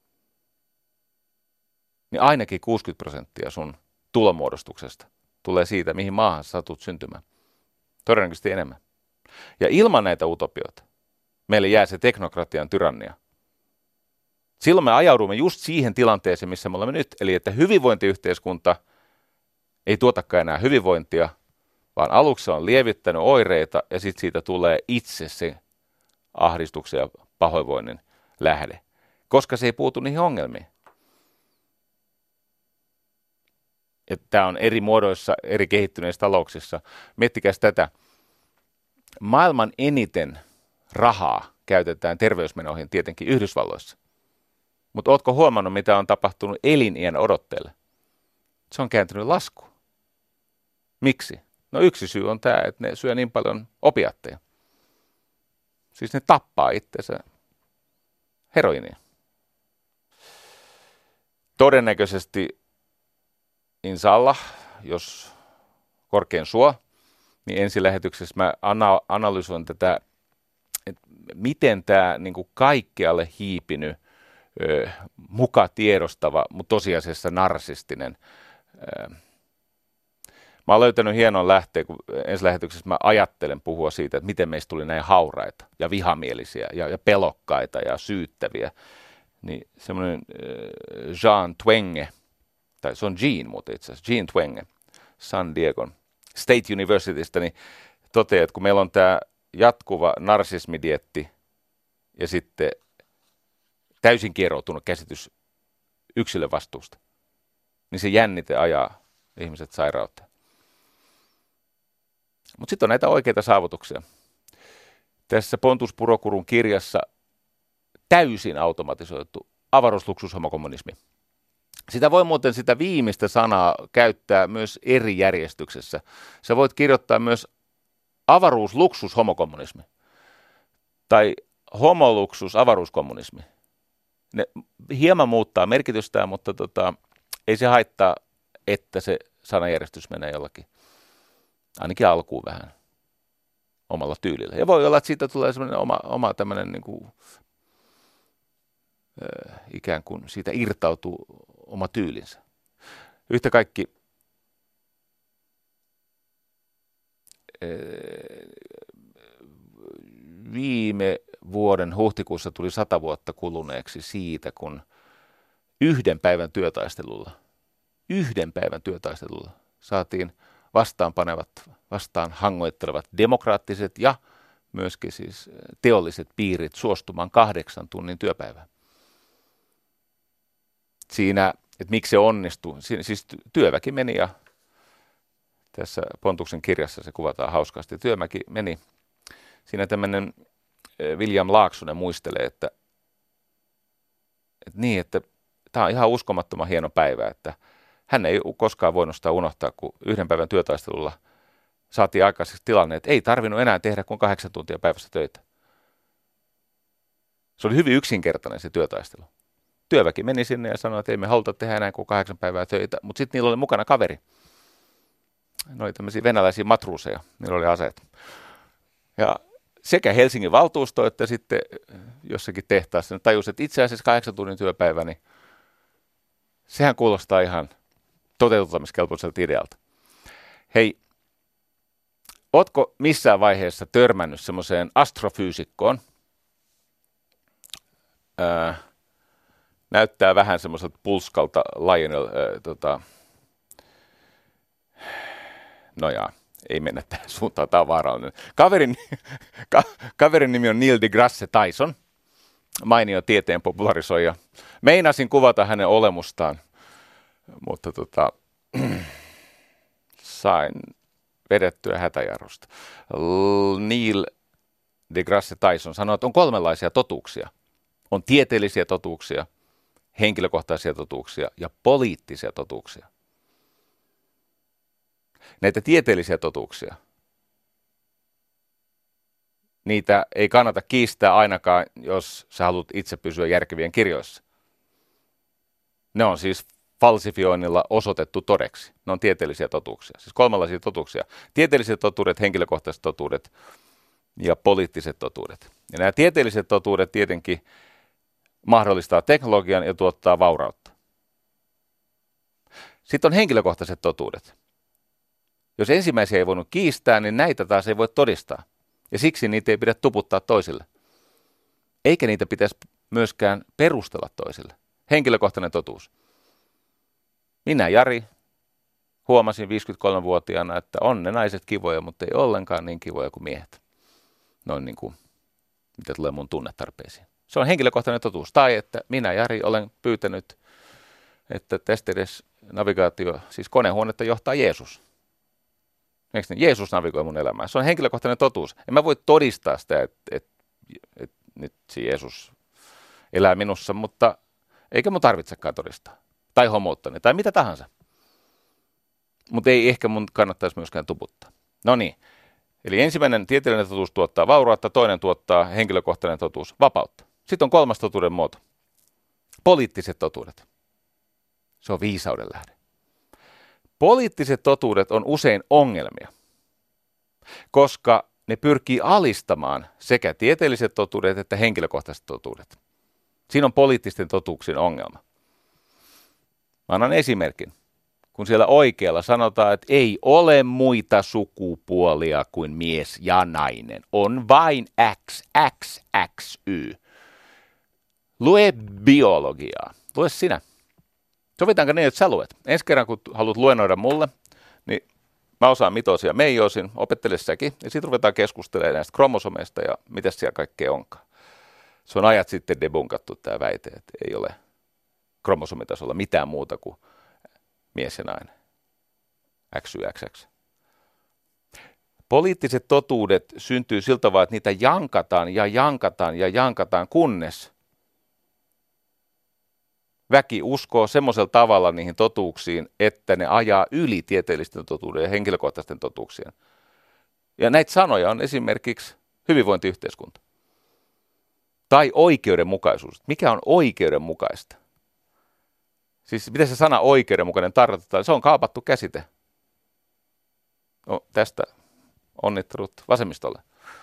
niin ainakin 60% sun tulonmuodostuksesta tulee siitä, mihin maahan sä satut syntymään. Todennäköisesti enemmän. Ja ilman näitä utopioita meille jää se teknokratian tyrannia. Silloin me ajaudumme just siihen tilanteeseen, missä me olemme nyt. Eli että hyvinvointiyhteiskunta ei tuotakaan enää hyvinvointia, vaan aluksi se on lievittänyt oireita ja sitten siitä tulee itse se ahdistuksen ja pahoinvoinnin lähde, koska se ei puutu niihin ongelmiin. Tämä on eri muodoissa, eri kehittyneissä talouksissa. Miettikäs tätä. Maailman eniten rahaa käytetään terveysmenoihin tietenkin Yhdysvalloissa. Mutta ootko huomannut, mitä on tapahtunut eliniän odotteelle? Se on kääntynyt laskuun. Miksi? No yksi syy on tämä, että ne syö niin paljon opiatteja. Siis ne tappaa itsensä heroinia. Todennäköisesti, inshallah, jos korkein suo, niin ensilähetyksessä mä analysoin tätä, että miten tämä niin kuin kaikkialle hiipinyt, muka tiedostava, mutta tosiasiassa narsistinen. Mä oon löytänyt hienon lähteen, kun ensilähetyksessä mä ajattelen puhua siitä, että miten meistä tuli näin hauraita ja vihamielisiä ja pelokkaita ja syyttäviä. Niin semmoinen Jean Twenge, tai se on Jean muuten itse asiassa, Jean Twenge, San Diegon State Universitystä, niin toteaa, että kun meillä on tämä jatkuva narsismidietti ja sitten täysin kieroutunut käsitys yksilön vastuusta, niin se jännite ajaa ihmiset sairauteen. Mutta sitten on näitä oikeita saavutuksia. Tässä Pontus Purokurun kirjassa täysin automatisoitu avaruusluksushomokommunismi. Sitä voi muuten sitä viimeistä sanaa käyttää myös eri järjestyksessä. Sä voit kirjoittaa myös avaruusluksushomokommunismi tai homoluksus avaruuskommunismi. Ne hieman muuttaa merkitystään, mutta ei se haittaa, että se sanajärjestys menee jollakin, ainakin alkuun vähän omalla tyylillä. Ja voi olla, että siitä tulee semmoinen oma tämmöinen niin kuin, ikään kuin siitä irtautuu oma tyylinsä. Yhtä kaikki viime vuoden huhtikuussa tuli 100 vuotta kuluneeksi siitä, kun yhden päivän työtaistelulla saatiin vastaan hangoittelevat demokraattiset ja myöskin siis teolliset piirit suostumaan 8 tunnin työpäivään. Siinä, että miksi se onnistui, siis työväki meni ja tässä Pontuksen kirjassa se kuvataan hauskaasti. Työväki meni. Siinä tämmöinen William Laaksonen muistelee, että tämä on ihan uskomattoman hieno päivä, että hän ei koskaan voinut sitä unohtaa, kun yhden päivän työtaistelulla saatiin aikaiseksi tilanne, että ei tarvinnut enää tehdä kuin 8 tuntia päivässä töitä. Se oli hyvin yksinkertainen se työtaistelu. Työväki meni sinne ja sanoi, että ei me haluta tehdä enää kuin 8 päivää töitä, mutta sitten niillä oli mukana kaveri. Ne oli tämmöisiä venäläisiä matruuseja, niillä oli aseet. Ja sekä Helsingin valtuusto että sitten jossakin tehtaassa ne tajusi, että itse asiassa 8 tunnin työpäivä, niin sehän kuulostaa ihan toteuttamiskelpoiselta idealta. Hei, ootko missään vaiheessa törmännyt semmoiseen astrofyysikkoon? Näyttää vähän semmoiselta pulskalta Lionel, no jaa, ei mennä tähän suuntaan, tämä on vaarallinen. Kaverin nimi on Neil deGrasse Tyson, mainio tieteen popularisoija. Meinasin kuvata hänen olemustaan, mutta sain vedettyä hätäjarrusta. Neil deGrasse Tyson sanoi, että on 3 totuuksia. On tieteellisiä totuuksia, henkilökohtaisia totuuksia ja poliittisia totuuksia. Näitä tieteellisiä totuuksia, niitä ei kannata kiistää ainakaan, jos sä haluat itse pysyä järkevien kirjoissa. Ne on siis falsifioinnilla osoitettu todeksi. Ne on tieteellisiä totuuksia. Siis 3 totuuksia. Tieteelliset totuudet, henkilökohtaiset totuudet ja poliittiset totuudet. Ja nämä tieteelliset totuudet tietenkin mahdollistaa teknologian ja tuottaa vaurautta. Sitten on henkilökohtaiset totuudet. Jos ensimmäisiä ei voinut kiistää, niin näitä taas ei voi todistaa. Ja siksi niitä ei pidä tuputtaa toisille. Eikä niitä pitäisi myöskään perustella toisille. Henkilökohtainen totuus. Minä, Jari, huomasin 53-vuotiaana, että on ne naiset kivoja, mutta ei ollenkaan niin kivoja kuin miehet. Noin niin kuin, mitä tulee mun tunnetarpeisiin. Se on henkilökohtainen totuus. Tai että minä, Jari, olen pyytänyt, että tästä edes navigaatio, siis konehuonetta johtaa Jeesus. Eikö niin? Jeesus navigoi mun elämää. Se on henkilökohtainen totuus. En mä voi todistaa sitä, että nyt se Jeesus elää minussa, mutta eikä mun tarvitsekaan todistaa. Tai homouttani, tai mitä tahansa. Mutta ei ehkä mun kannattaisi myöskään tuputtaa. No niin. Eli ensimmäinen tieteellinen totuus tuottaa vaurautta, toinen tuottaa henkilökohtainen totuus vapautta. Sitten on 3. totuuden muoto. Poliittiset totuudet. Se on viisauden lähde. Poliittiset totuudet on usein ongelmia, koska ne pyrkii alistamaan sekä tieteelliset totuudet että henkilökohtaiset totuudet. Siinä on poliittisten totuuksien ongelma. Mä annan esimerkin. Kun siellä oikealla sanotaan, että ei ole muita sukupuolia kuin mies ja nainen, on vain X, X, X, Y. Lue biologiaa. Lue sinä. Sovitaanko niin, että sä luet? Ensi kerran, kun haluat luennoida mulle, niin mä osaan mitosia meijoosin, opettele säkin, ja sitten ruvetaan keskustelemaan näistä kromosomeista ja mitä siellä kaikkea onkaan. Se on ajat sitten debunkattu tämä väite, että ei ole kromosomitasolla mitään muuta kuin mies ja nainen. XYXX. Poliittiset totuudet syntyy siltä tavalla, että niitä jankataan ja jankataan ja jankataan, kunnes väki uskoo semmoisella tavalla niihin totuuksiin, että ne ajaa yli tieteellisten totuuden ja henkilökohtaisten totuuksien. Ja näitä sanoja on esimerkiksi hyvinvointiyhteiskunta. Tai oikeudenmukaisuus. Mikä on oikeudenmukaista? Siis mitä se sana oikeudenmukainen tarkoittaa? Se on kaapattu käsite. No, tästä onnittelut vasemmistolle.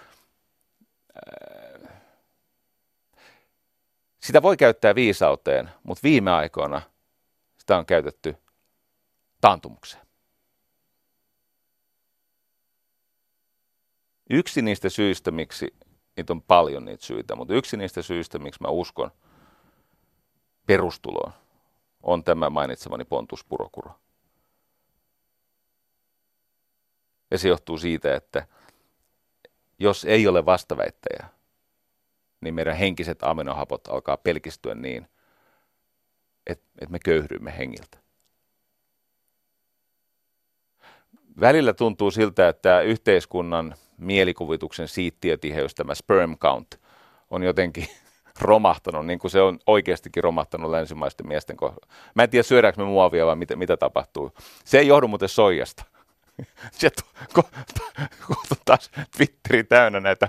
Sitä voi käyttää viisauteen, mutta viime aikoina sitä on käytetty taantumukseen. Yksi niistä syistä, miksi, niitä on paljon niitä syitä, mutta yksi niistä syistä, miksi mä uskon perustuloon, on tämä mainitsemani Pontus Purokuro. Ja se johtuu siitä, että jos ei ole vastaväittäjää, niin meidän henkiset aminohapot alkaa pelkistyä niin, että me köyhdymme hengiltä. Välillä tuntuu siltä, että yhteiskunnan mielikuvituksen siittiötiheys, tämä sperm count, on jotenkin romahtanut, niin kuin se on oikeastikin romahtanut länsimaisten miesten kohdalla. Mä en tiedä, syödäänkö me muovia vai mitä tapahtuu. Se ei johdu muuten soijasta. Se on taas Twitteri täynnä näitä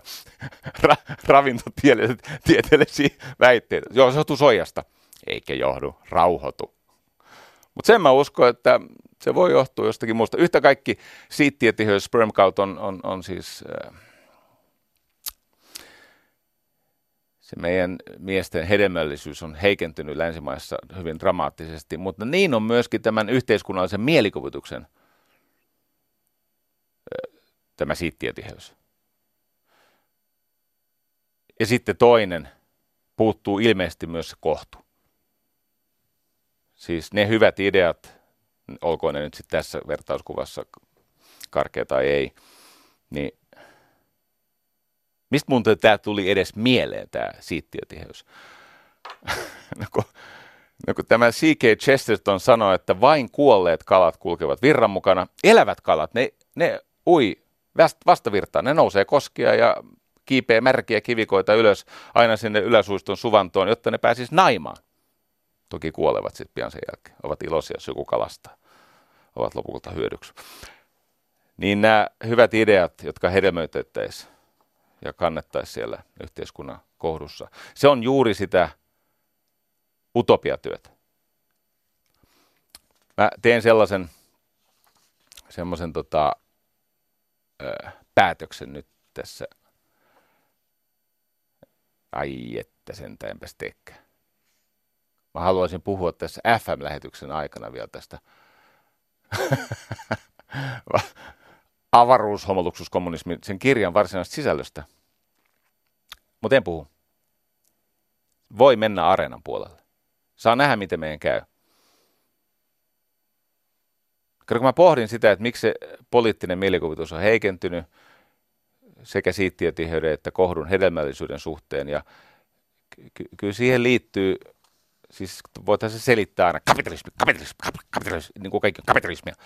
ravintotieteellisiä väitteitä. Joo, se johtuu soijasta. Eikä johdu, rauhoitu. Mutta sen mä uskon, että se voi johtua jostakin muusta. Yhtä kaikki siittiötiheys, sperm count on siis se meidän miesten hedelmällisyys on heikentynyt länsimaissa hyvin dramaattisesti, mutta niin on myöskin tämän yhteiskunnallisen mielikuvituksen tämä siittiötiheys. Ja sitten toinen, puuttuu ilmeisesti myös se kohtu. Siis ne hyvät ideat, olkoon ne nyt sitten tässä vertauskuvassa karkea tai ei, niin mistä mun tämä tuli edes mieleen, tämä siittiötiheys? No kun tämä C.K. Chesterton sanoi, että vain kuolleet kalat kulkevat virran mukana, elävät kalat, ne ui vastavirtaan, ne nousee koskia ja kiipee märkiä kivikoita ylös aina sinne yläsuiston suvantoon, jotta ne pääsis naimaan. Toki kuolevat sitten pian sen jälkeen, ovat iloisia, jos joku kalastaa, ovat lopulta hyödyksi. Niin nämä hyvät ideat, jotka hedelmöitettäisiin ja kannettaisiin siellä yhteiskunnan kohdussa, se on juuri sitä utopiatyötä. Mä teen semmoisen päätöksen nyt tässä. Ai että sentään enpäs teekään. Mä haluaisin puhua tässä FM-lähetyksen aikana vielä tästä avaruushomoluksuskommunismin, sen kirjan varsinaisesta sisällöstä. Mutta en puhu. Voi mennä Areenan puolelle. Saa nähdä, miten meidän käy. Kun mä pohdin sitä, että miksi se poliittinen mielikuvitus on heikentynyt sekä siittiötiheyden että kohdun hedelmällisyyden suhteen, ja kyllä siihen liittyy, siis voitaisiin selittää aina kapitalismi, niin kuin kaikki on kapitalismia.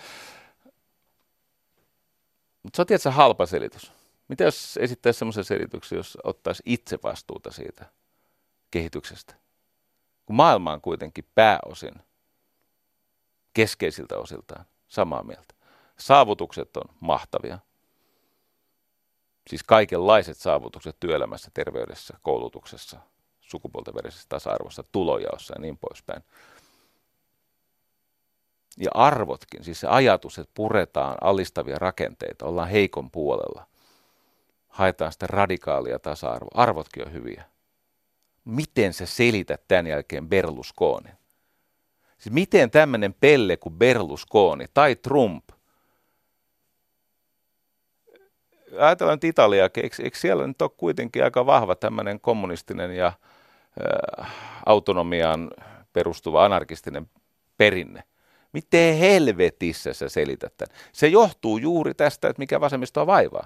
Mutta se on tietysti halpa selitys. Mitä jos esittäisi semmoisen selityksen, jos ottaisi itse vastuuta siitä kehityksestä? Kun maailma on kuitenkin pääosin, keskeisiltä osiltaan, samaa mieltä. Saavutukset on mahtavia. Siis kaikenlaiset saavutukset työelämässä, terveydessä, koulutuksessa, sukupuolten välisessä tasa-arvossa, tulonjaossa ja niin poispäin. Ja arvotkin, siis se ajatus, että puretaan alistavia rakenteita, ollaan heikon puolella, haetaan sitä radikaalia tasa-arvoa, arvotkin on hyviä. Miten sä selität tämän jälkeen Berlusconin? Siis miten tämmöinen pelle kuin Berlusconi tai Trump, ajatellaan nyt Italiaa, eikö siellä nyt ole kuitenkin aika vahva tämmöinen kommunistinen ja autonomiaan perustuva anarkistinen perinne? Miten helvetissä sä selität tämän? Se johtuu juuri tästä, että mikä vasemmistoa vaivaa.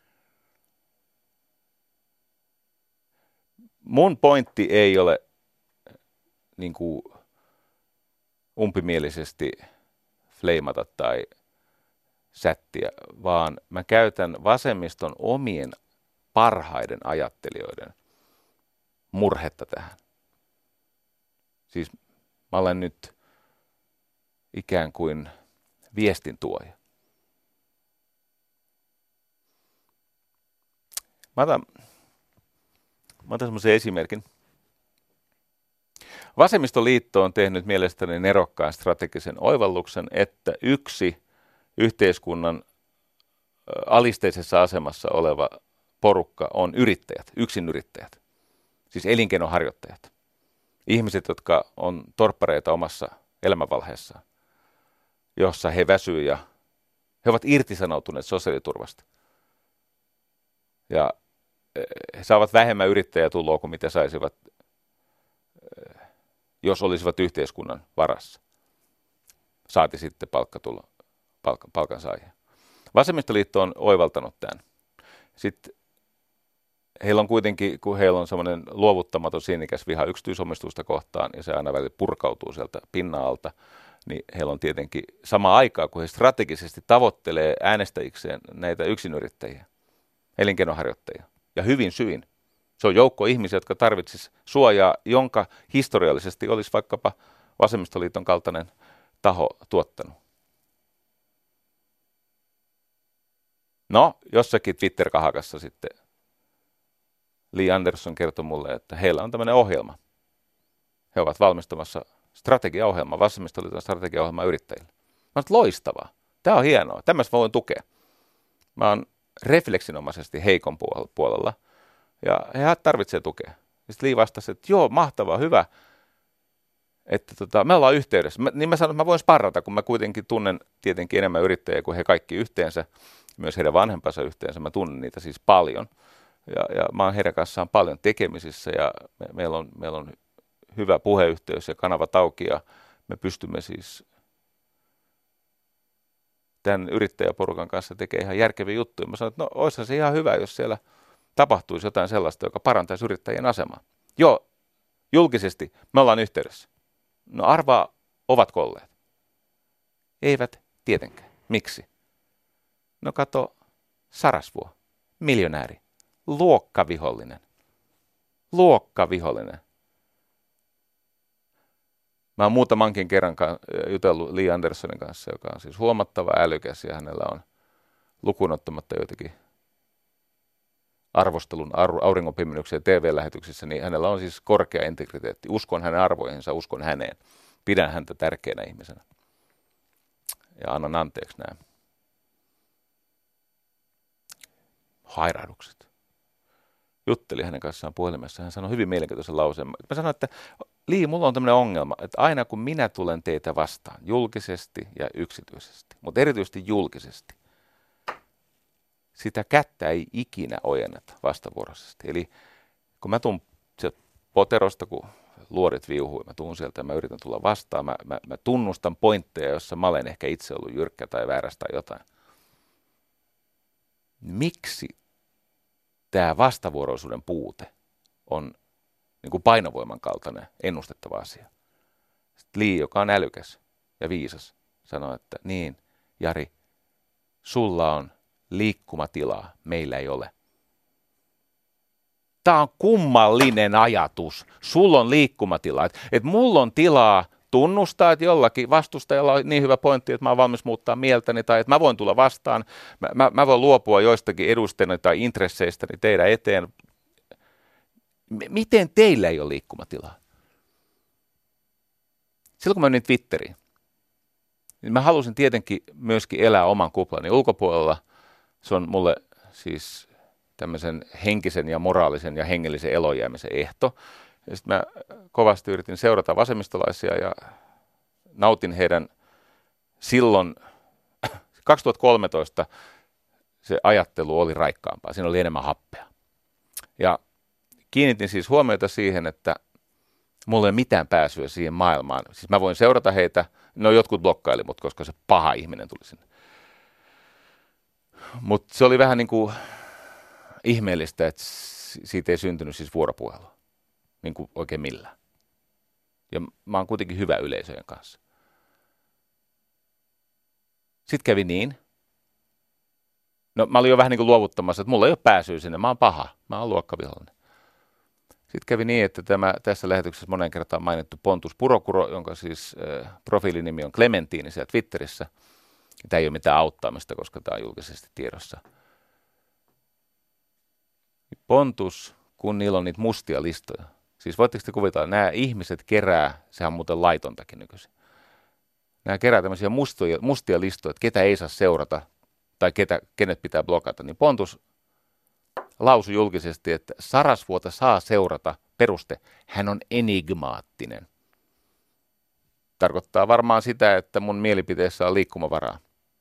Mun pointti ei ole niin kuin umpimielisesti fleimata tai sättiä, vaan mä käytän vasemmiston omien parhaiden ajattelijoiden murhetta tähän. Siis mä olen nyt ikään kuin viestintuoja. Mä otan Mä otan semmoisen esimerkin. Vasemmistoliitto on tehnyt mielestäni nerokkaan strategisen oivalluksen, että yksi yhteiskunnan alisteisessa asemassa oleva porukka on yrittäjät, yksinyrittäjät, siis elinkeinoharjoittajat. Ihmiset, jotka on torppareita omassa elämänvalheessaan, jossa he väsyy ja he ovat irtisanoutuneet sosiaaliturvasta. Ja he saavat vähemmän yrittäjätuloa kuin mitä saisivat, jos olisivat yhteiskunnan varassa. Saati sitten palkansaajia. Vasemmistoliitto on oivaltanut tämän. Sitten heillä on kuitenkin, kun heillä on semmoinen luovuttamaton sinikäs viha yksityisomistusta kohtaan, ja se aina välillä purkautuu sieltä pinnan alta, niin heillä on tietenkin sama aikaa, kun he strategisesti tavoittelee äänestäjikseen näitä yksinyrittäjiä, elinkeinoharjoittajia, ja hyvin syvin. Se on joukko ihmisiä, jotka tarvitsisivat suojaa, jonka historiallisesti olisi vaikkapa Vasemmistoliiton kaltainen taho tuottanut. No, jossakin Twitter-kahakassa sitten Li Andersson kertoi mulle, että heillä on tämmöinen ohjelma. He ovat valmistamassa strategiaohjelma, Vasemmistoliiton strategiaohjelma yrittäjille. Mä sanoin, loistavaa. Tämä on hienoa. Tämmöistä voin tukea. Mä oon refleksinomaisesti heikon puolella ja he tarvitsee tukea. Sitten Li vastasi, että joo, mahtavaa, hyvä, että me ollaan yhteydessä. Niin mä sanoin, että mä voin sparrata, kun mä kuitenkin tunnen tietenkin enemmän yrittäjiä kuin he kaikki yhteensä, myös heidän vanhempansa yhteensä. Mä tunnen niitä siis paljon ja mä oon heidän kanssaan paljon tekemisissä ja meillä on hyvä puheyhteys ja kanavat auki ja me pystymme siis tämän yrittäjäporukan kanssa tekemään ihan järkeviä juttuja. Mä sanoin, että no olisihan se ihan hyvä, jos siellä tapahtuisi jotain sellaista, joka parantaisi yrittäjien asemaa. Joo, julkisesti me ollaan yhteydessä. No arvaa, ovatko olleet? Eivät tietenkään. Miksi? No kato, Sarasvuo, miljonääri, luokkavihollinen. Luokkavihollinen. Mä oon muutamankin kerran jutellut Li Anderssonin kanssa, joka on siis huomattava älykäs ja hänellä on lukunottamatta joitakin arvostelun auringonpimennyksen TV-lähetyksissä, niin hänellä on siis korkea integriteetti. Uskon hänen arvoihinsa, uskon häneen. Pidän häntä tärkeänä ihmisenä. Ja annan anteeksi nämä hairahdukset. Juttelin hänen kanssaan puhelimessa. Hän sanoi hyvin mielenkiintoisen lauseen. Mä sanoin, että Li, mulla on tämmöinen ongelma, että aina kun minä tulen teitä vastaan, julkisesti ja yksityisesti, mutta erityisesti julkisesti, sitä kättä ei ikinä ojenneta vastavuoroisesti. Eli kun mä tuun sieltä poterosta, kun luorit viuhuu, mä tuun sieltä ja mä yritän tulla vastaan, mä tunnustan pointteja, jossa mä olen ehkä itse ollut jyrkkä tai väärässä tai jotain. Miksi tämä vastavuoroisuuden puute on niin kuin painovoiman kaltainen ennustettava asia? Sitten Li, joka on älykäs ja viisas, sanoi, että niin, Jari, sulla on liikkumatilaa, meillä ei ole. Tämä on kummallinen ajatus. Sulla on liikkumatilaa. Että mulla on tilaa tunnustaa, että jollakin vastustajalla on niin hyvä pointti, että mä oon valmis muuttaa mieltäni tai että mä voin tulla vastaan. Mä voin luopua joistakin edusteni tai intresseistäni teidän eteen. Miten teillä ei ole liikkumatilaa? Silloin kun mä menin Twitteriin, niin mä halusin tietenkin myöskin elää oman kuplani ulkopuolella. Se on mulle siis tämmöisen henkisen ja moraalisen ja hengellisen elonjäämisen ehto. Ja sitten mä kovasti yritin seurata vasemmistolaisia ja nautin heidän silloin 2013 se ajattelu oli raikkaampaa. Siinä oli enemmän happea. Ja kiinnitin siis huomiota siihen, että mulla ei ole mitään pääsyä siihen maailmaan. Siis mä voin seurata heitä, no jotkut blokkaili mut, koska se paha ihminen tuli sinne. Mutta se oli vähän niin kuin ihmeellistä, että siitä ei syntynyt siis vuoropuhelua. Niin kuin oikein millään. Ja mä oon kuitenkin hyvä yleisöjen kanssa. Sitten kävi niin. No mä olin jo vähän niin kuin luovuttamassa, että mulla ei ole pääsyä sinne. Mä oon paha. Mä oon luokkavihollinen. Sitten kävi niin, että tässä lähetyksessä monen kertaan mainittu Pontus Purokuro, jonka siis profiilinimi on Clementiini siellä Twitterissä. Tämä ei ole mitään auttamista, koska tämä on julkisesti tiedossa. Pontus kun niillä on niitä mustia listoja. Siis voitteko te kuvitella, nämä ihmiset kerää, sehän on muuten laitontakin nykyisin. Nämä kerää tämmöisiä mustia listoja, että ketä ei saa seurata tai kenet pitää blokata. Niin Pontus lausui julkisesti, että Sarasvuota saa seurata. Peruste, hän on enigmaattinen. Tarkoittaa varmaan sitä, että mun mielipiteessä on liikkumavaraa.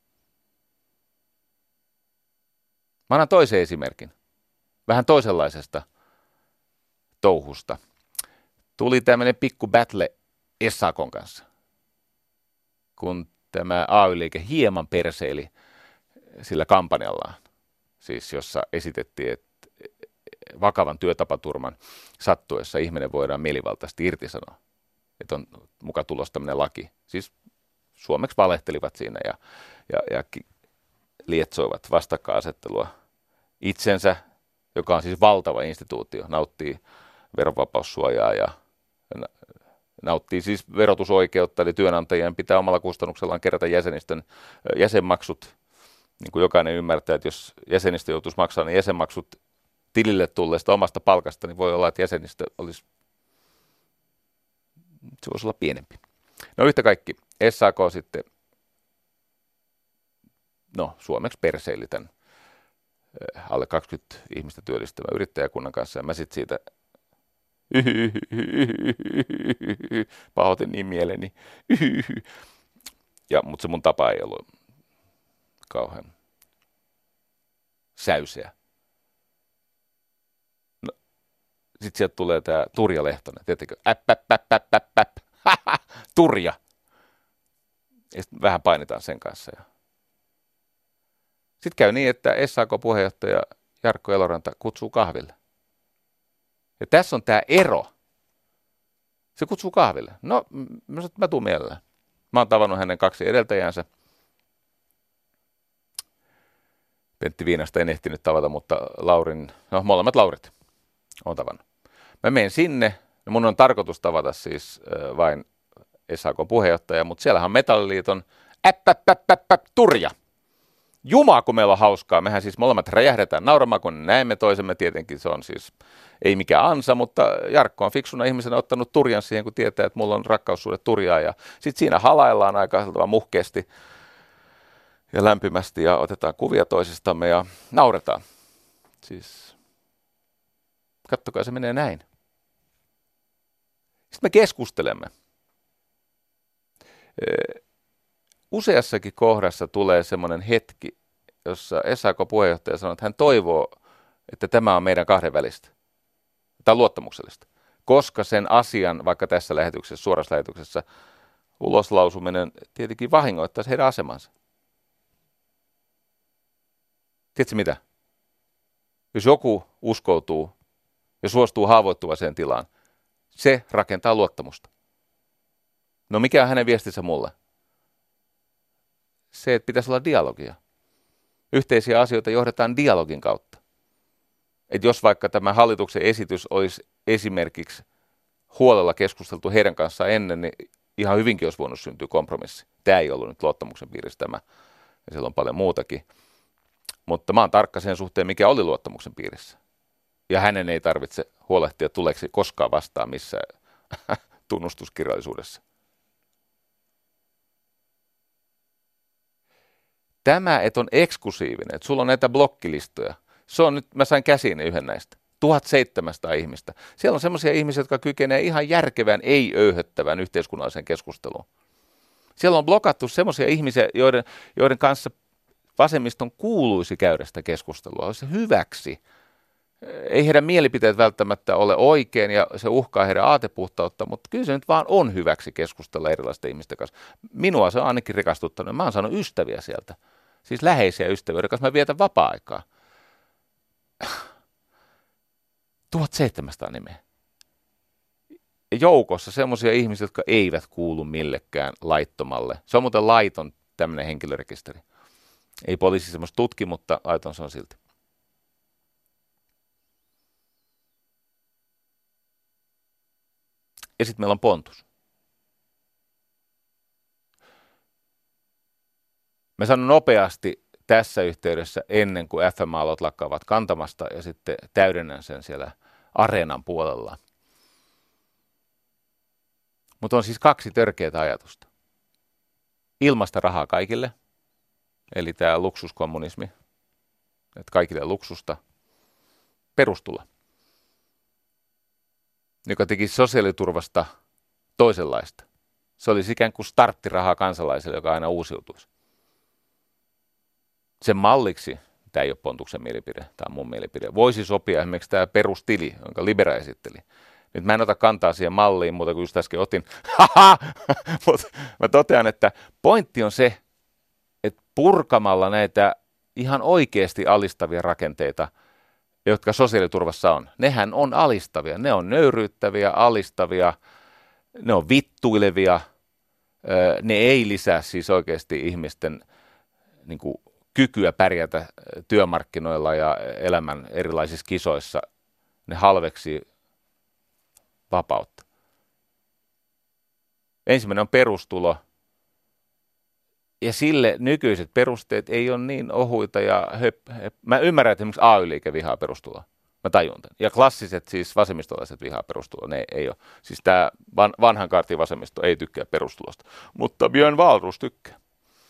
Mä annan toisen esimerkin. Vähän toisenlaisesta touhusta. Tuli tämmöinen pikku battle SAK:n kanssa, kun tämä AY-liike hieman perseili sillä kampanjallaan. Siis jossa esitettiin, että vakavan työtapaturman sattuessa ihminen voidaan mielivaltaisesti irtisanoa. Että on muka tulossa tämmöinen laki. Siis suomeksi valehtelivat siinä ja lietsoivat vastakkainasettelua. Itsensä, joka on siis valtava instituutio, nauttii verovapaussuojaa ja nauttii siis verotusoikeutta, eli työnantajien pitää omalla kustannuksellaan kerätä jäsenistön jäsenmaksut. Niin kuin jokainen ymmärtää, että jos jäsenistö joutuisi maksamaan niin jäsenmaksut tilille tulleesta omasta palkasta, niin voi olla, että jäsenistö olisi, se voisi olla pienempi. No yhtä kaikki, SAK sitten, suomeksi perseili tämän alle 20 ihmistä työllistävän yrittäjäkunnan kanssa, ja mä sitten siitä pahoitin niin mieleni, mutta se mun tapa ei ollut kauhean säyseä. No, sitten sieltä tulee tämä Turja Lehtonen, tiedättekö? Turja. Ja sitten vähän painitaan sen kanssa. Sitten käy niin, että SAK-puheenjohtaja Jarkko Eloranta kutsuu kahville. Ja tässä on tämä ero. Se kutsuu kahville. No, mä tuun mielellään. Mä oon tavannut hänen 2 edeltäjäänsä. Pentti Viinasta en ehtinyt tavata, mutta molemmat Laurit on tavannut. Mä menen sinne. No mun on tarkoitus tavata siis vain SAK-puheenjohtaja, mutta siellähän on Metalliliiton Turja. Jumala, kun meillä on hauskaa. Mehän siis molemmat räjähdetään nauramaan, kun näemme toisemme. Tietenkin se on siis ei mikään ansa, mutta Jarkko on fiksuna ihmisenä ottanut Turjan siihen, kun tietää, että mulla on rakkaussuhde Turjaa. Ja sitten siinä halaillaan aika muhkeasti ja lämpimästi ja otetaan kuvia toisistamme ja nauretaan. Siis kattokaa, se menee näin. Sitten me keskustelemme. Useassakin kohdassa tulee semmoinen hetki, jossa SAK-puheenjohtaja sanoo, että hän toivoo, että tämä on meidän kahdenvälistä tai luottamuksellista, koska sen asian, vaikka tässä lähetyksessä, suorassa lähetyksessä, uloslausuminen tietenkin vahingoittaisi heidän asemansa. Tiedätkö mitä? Jos joku uskoutuu ja suostuu haavoittuvaiseen tilaan, se rakentaa luottamusta. No mikä on hänen viestinsä mulle? Se, että pitäisi olla dialogia. Yhteisiä asioita johdetaan dialogin kautta. Että jos vaikka tämä hallituksen esitys olisi esimerkiksi huolella keskusteltu heidän kanssaan ennen, niin ihan hyvinkin olisi voinut syntyä kompromissi. Tämä ei ollut nyt luottamuksen piirissä tämä, ja siellä on paljon muutakin. Mutta mä oon tarkka sen suhteen, mikä oli luottamuksen piirissä. Ja hänen ei tarvitse huolehtia tuleeksi koskaan vastaan missään tunnustuskirjallisuudessa. Tämä, että on eksklusiivinen, että sulla on näitä blokkilistoja, se on nyt, mä sain käsiin yhden näistä, 1700 ihmistä. Siellä on semmoisia ihmisiä, jotka kykenevät ihan järkevään, ei-öyhöttävään yhteiskunnalliseen keskusteluun. Siellä on blokattu semmoisia ihmisiä, joiden kanssa vasemmiston kuuluisi käydä sitä keskustelua, olisi hyväksi. Ei heidän mielipiteet välttämättä ole oikein ja se uhkaa heidän aatepuhtautta, mutta kyllä se nyt vaan on hyväksi keskustella erilaisten ihmisten kanssa. Minua se on ainakin rikastuttanut. Mä oon saanut ystäviä sieltä, siis läheisiä ystäviä, joiden kanssa mä vietän vapaa-aikaa. 1700 nimeä. Joukossa semmoisia ihmisiä, jotka eivät kuulu millekään laittomalle. Se on muuten laiton tämmöinen henkilörekisteri. Ei poliisi semmoista tutki, mutta laiton se on silti. Ja sitten meillä on Pontus. Mä sanon nopeasti tässä yhteydessä ennen kuin FM-aallot lakkaavat kantamasta ja sitten täydennän sen siellä Areenan puolella. Mutta on siis kaksi törkeää ajatusta. Ilmasta rahaa kaikille, eli tämä luksuskommunismi, että kaikille luksusta, perustulo, joka teki sosiaaliturvasta toisenlaista. Se olisi ikään kuin starttirahaa kansalaiselle, joka aina uusiutuisi. Sen malliksi, tämä ei ole Pontuksen mielipide, tämä on mun mielipide, voisi sopia esimerkiksi tämä perustili, jonka Libera esitteli. Nyt mä en ota kantaa siihen malliin, mutta kuin just äsken otin. Mutta mä totean, että pointti on se, että purkamalla näitä ihan oikeasti alistavia rakenteita, jotka sosiaaliturvassa on. Nehän on alistavia, ne on nöyryyttäviä, alistavia, ne on vittuilevia, ne ei lisää siis oikeasti ihmisten niin kuin, kykyä pärjätä työmarkkinoilla ja elämän erilaisissa kisoissa. Ne halveksii vapautta. Ensimmäinen on perustulo. Ja sille nykyiset perusteet ei ole niin ohuita ja Mä ymmärrän, että esimerkiksi AY-liike vihaa perustuloa. Mä tajun tämän. Ja klassiset siis vasemmistolaiset vihaa perustuloa. Ne ei ole. Siis tämä vanhan kaartin vasemmisto ei tykkää perustulosta. Mutta Björn Wahlroos tykkää.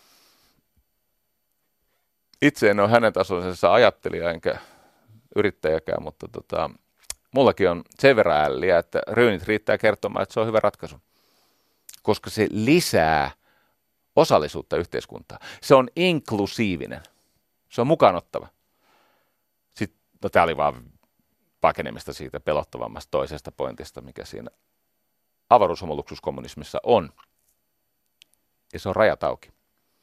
Itse en ole hänen tasoisensa ajattelija enkä yrittäjäkään, mutta mullakin on sen verran älliä, että ryynit riittää kertomaan, että se on hyvä ratkaisu. Koska se lisää osallisuutta yhteiskuntaan. Se on inklusiivinen. Se on mukaanottava. Sitten, tämä oli vaan pakenemista siitä pelottavammasta toisesta pointista, mikä siinä avaruushomoluksuskommunismissa on. Ja se on rajat auki.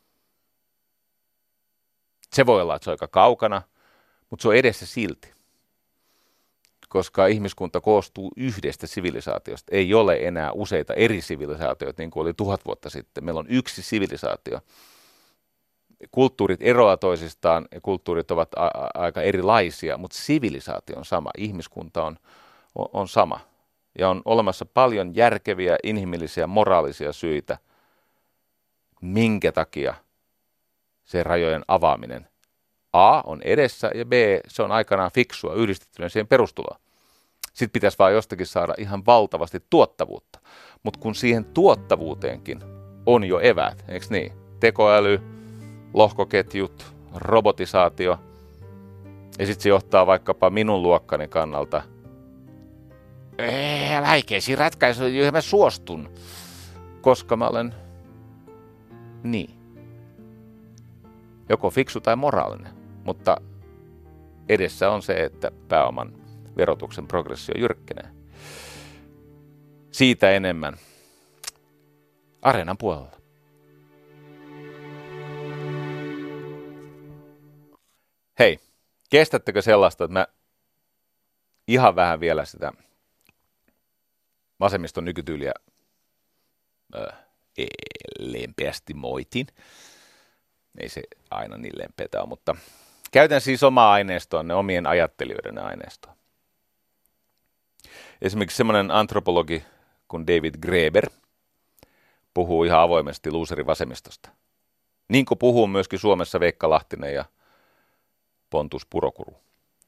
Se voi olla, että se on aika kaukana, mutta se on edessä silti. Koska ihmiskunta koostuu yhdestä sivilisaatiosta. Ei ole enää useita eri sivilisaatioita, niin kuin oli 1000 vuotta sitten. Meillä on yksi sivilisaatio. Kulttuurit eroavat toisistaan ja kulttuurit ovat aika erilaisia, mutta sivilisaatio on sama. Ihmiskunta on sama. Ja on olemassa paljon järkeviä, inhimillisiä, moraalisia syitä, minkä takia se rajojen avaaminen A on edessä ja B se on aikanaan fiksua yhdistettynä siihen perustuloon. Sitten pitäisi vaan jostakin saada ihan valtavasti tuottavuutta. Mutta kun siihen tuottavuuteenkin on jo eväät, eikö niin? Tekoäly, lohkoketjut, robotisaatio. Ja sitten se johtaa vaikkapa minun luokkani kannalta vaikeisiin ratkaisuihin, joihin mä suostun, koska mä olen niin. Joko fiksu tai moraalinen, mutta edessä on se, että pääoman verotuksen progressio jyrkkenee. Siitä enemmän Areenan puolella. Hei, kestättekö sellaista, että mä ihan vähän vielä sitä vasemmiston nykytyyliä lempeästi moitin. Ei se aina niin lempeätä ole, mutta käytän siis omaa aineistoa, omien ajattelijoiden aineistoa. Esimerkiksi semmoinen antropologi kuin David Graeber puhuu ihan avoimesti luuserivasemmistosta. Niin kuin puhuu myöskin Suomessa Veikka Lahtinen ja Pontus Purokuru.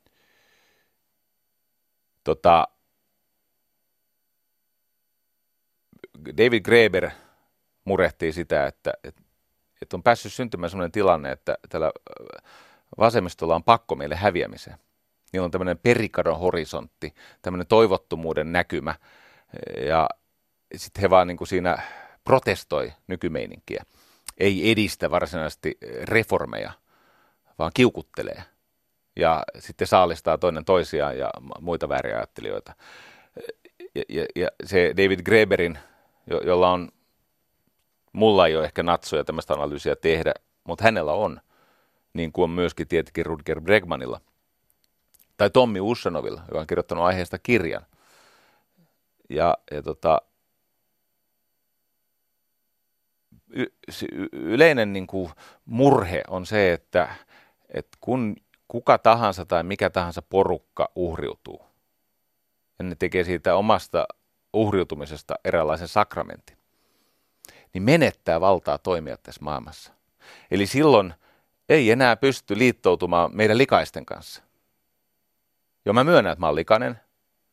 David Graeber murehtii sitä, että on päässyt syntymään sellainen tilanne, että tällä vasemmistolla on pakko meille häviämiseen. Niillä on tämmöinen perikadon horisontti, tämmöinen toivottomuuden näkymä, ja sitten he vaan niin kuin siinä protestoi nykymeininkiä. Ei edistä varsinaisesti reformeja, vaan kiukuttelee. Ja sitten saalistaa toinen toisiaan ja muita vääriajattelijoita. Ja se David Graeberin, jolla on, mulla ei ole ehkä natsoja tämmöistä analyysiä tehdä, mutta hänellä on, niin kuin on myöskin tietenkin Rutger Bregmanilla. Tai Tommi Ushanovilla, joka on kirjoittanut aiheesta kirjan. Yleinen niin kuin murhe on se, että kun kuka tahansa tai mikä tahansa porukka uhriutuu, ja ne tekee siitä omasta uhriutumisesta eräänlaisen sakramentin, niin menettää valtaa toimia tässä maailmassa. Eli silloin ei enää pysty liittoutumaan meidän likaisten kanssa. Joo, mä myönnän, että mä oon likainen,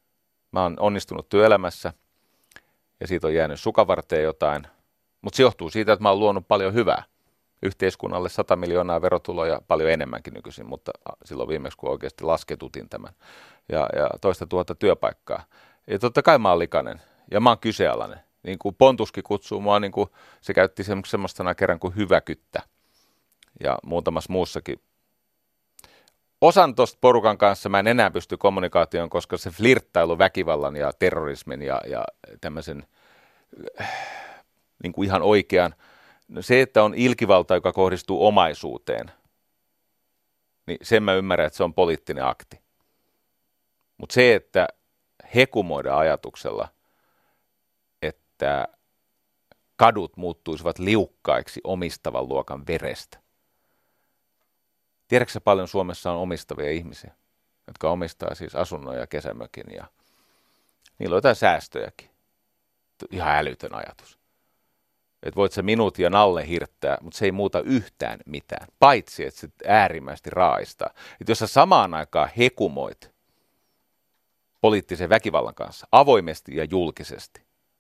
Mä oon onnistunut työelämässä ja siitä on jäänyt sukavarteen jotain, mutta se johtuu siitä, että mä oon luonut paljon hyvää. Yhteiskunnalle 100 miljoonaa verotuloja, paljon enemmänkin nykyisin, mutta silloin viimeksi kun oikeasti lasketutin tämän. Ja 2 000 työpaikkaa. Ja totta kai mä oon likainen ja mä oon kyseenalainen. Niin kuin Pontuskin kutsuu mua, niin kuin se käytti semmoista sanaa kerran kuin hyväkyttä. Ja muutamassa muussakin. Osan tuosta porukan kanssa mä en enää pysty kommunikaatioon, koska se flirttailu väkivallan ja terrorismin ja tämmöisen niin kuin ihan oikean. No se, että on ilkivalta, joka kohdistuu omaisuuteen, niin sen mä ymmärrän, että se on poliittinen akti. Mutta se, että hekumoida ajatuksella, että kadut muuttuisivat liukkaiksi omistavan luokan verestä. Tiedätkö paljon Suomessa on omistavia ihmisiä, jotka omistaa siis asunnon ja kesämökin ja niillä on jotain säästöjäkin. Ihan älytön ajatus. Että voit sä minut ja nalle hirttää, mutta se ei muuta yhtään mitään, paitsi että se äärimmäisesti raaistaa. Että jos sä samaan aikaan hekumoit poliittisen väkivallan kanssa avoimesti ja julkisesti,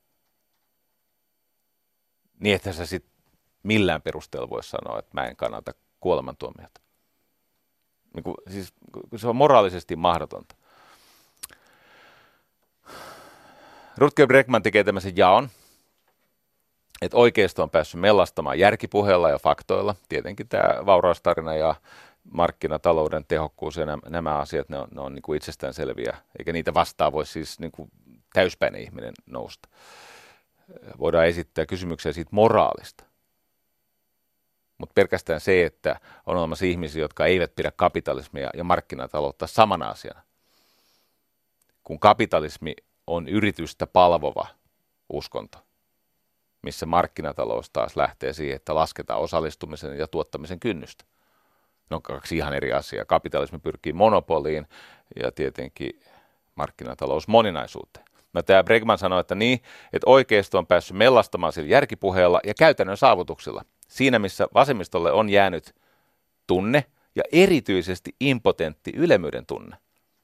niin että sä sit millään perusteella voi sanoa, että mä en kannata kuolemantuomiota. Siis se on moraalisesti mahdotonta. Rutger Bregman tekee tämmöisen jaon, että oikeisto on päässyt mellastamaan järkipuheella ja faktoilla. Tietenkin tämä vauraustarina ja markkinatalouden tehokkuus ja nämä asiat, ne on niin kuin itsestäänselviä, eikä niitä vastaan voi siis niin kuin täyspäinen ihminen nousta. Voidaan esittää kysymyksiä siitä moraalista. Mutta pelkästään se, että on olemassa ihmisiä, jotka eivät pidä kapitalismia ja markkinataloutta samana asiana. Kun kapitalismi on yritystä palvova uskonto, missä markkinatalous taas lähtee siihen, että lasketaan osallistumisen ja tuottamisen kynnystä. Ne on 2 ihan eri asiaa. Kapitalismi pyrkii monopoliin ja tietenkin markkinatalous moninaisuuteen. Tämä Bregman sanoi, että että oikeisto on päässyt mellastamaan sillä järkipuheella ja käytännön saavutuksilla. Siinä, missä vasemmistolle on jäänyt tunne ja erityisesti impotentti ylemmyyden tunne.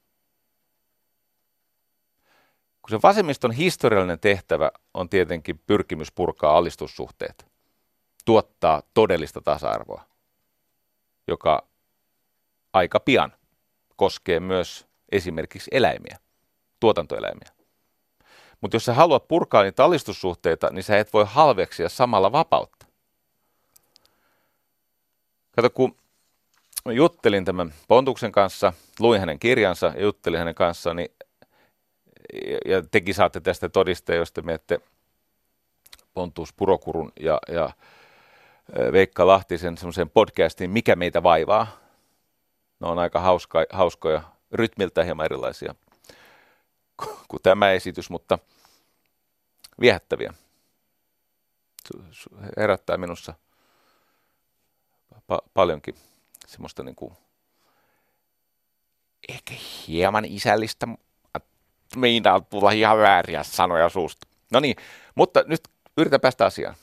Kun se vasemmiston historiallinen tehtävä on tietenkin pyrkimys purkaa alistussuhteet, tuottaa todellista tasa-arvoa, joka aika pian koskee myös esimerkiksi eläimiä, tuotantoeläimiä. Mutta jos sä haluat purkaa niitä alistussuhteita, niin sä et voi halveksia samalla vapautta. Kato, kun juttelin tämän Pontuksen kanssa, luin hänen kirjansa ja juttelin hänen kanssaan, niin, ja tekin saatte tästä todisteen, jos te menette Pontus Purokurun ja Veikka Lahtisen semmoiseen podcastiin, Mikä meitä vaivaa. Ne on aika hauskoja, rytmiltä hieman erilaisia kuin tämä esitys, mutta viehättäviä. Herättää minussa paljonkin semmoista niin kuin ehkä hieman isällistä, meinaa tulla ihan vääriä sanoja suusta. No niin, mutta nyt yritän päästä asiaan.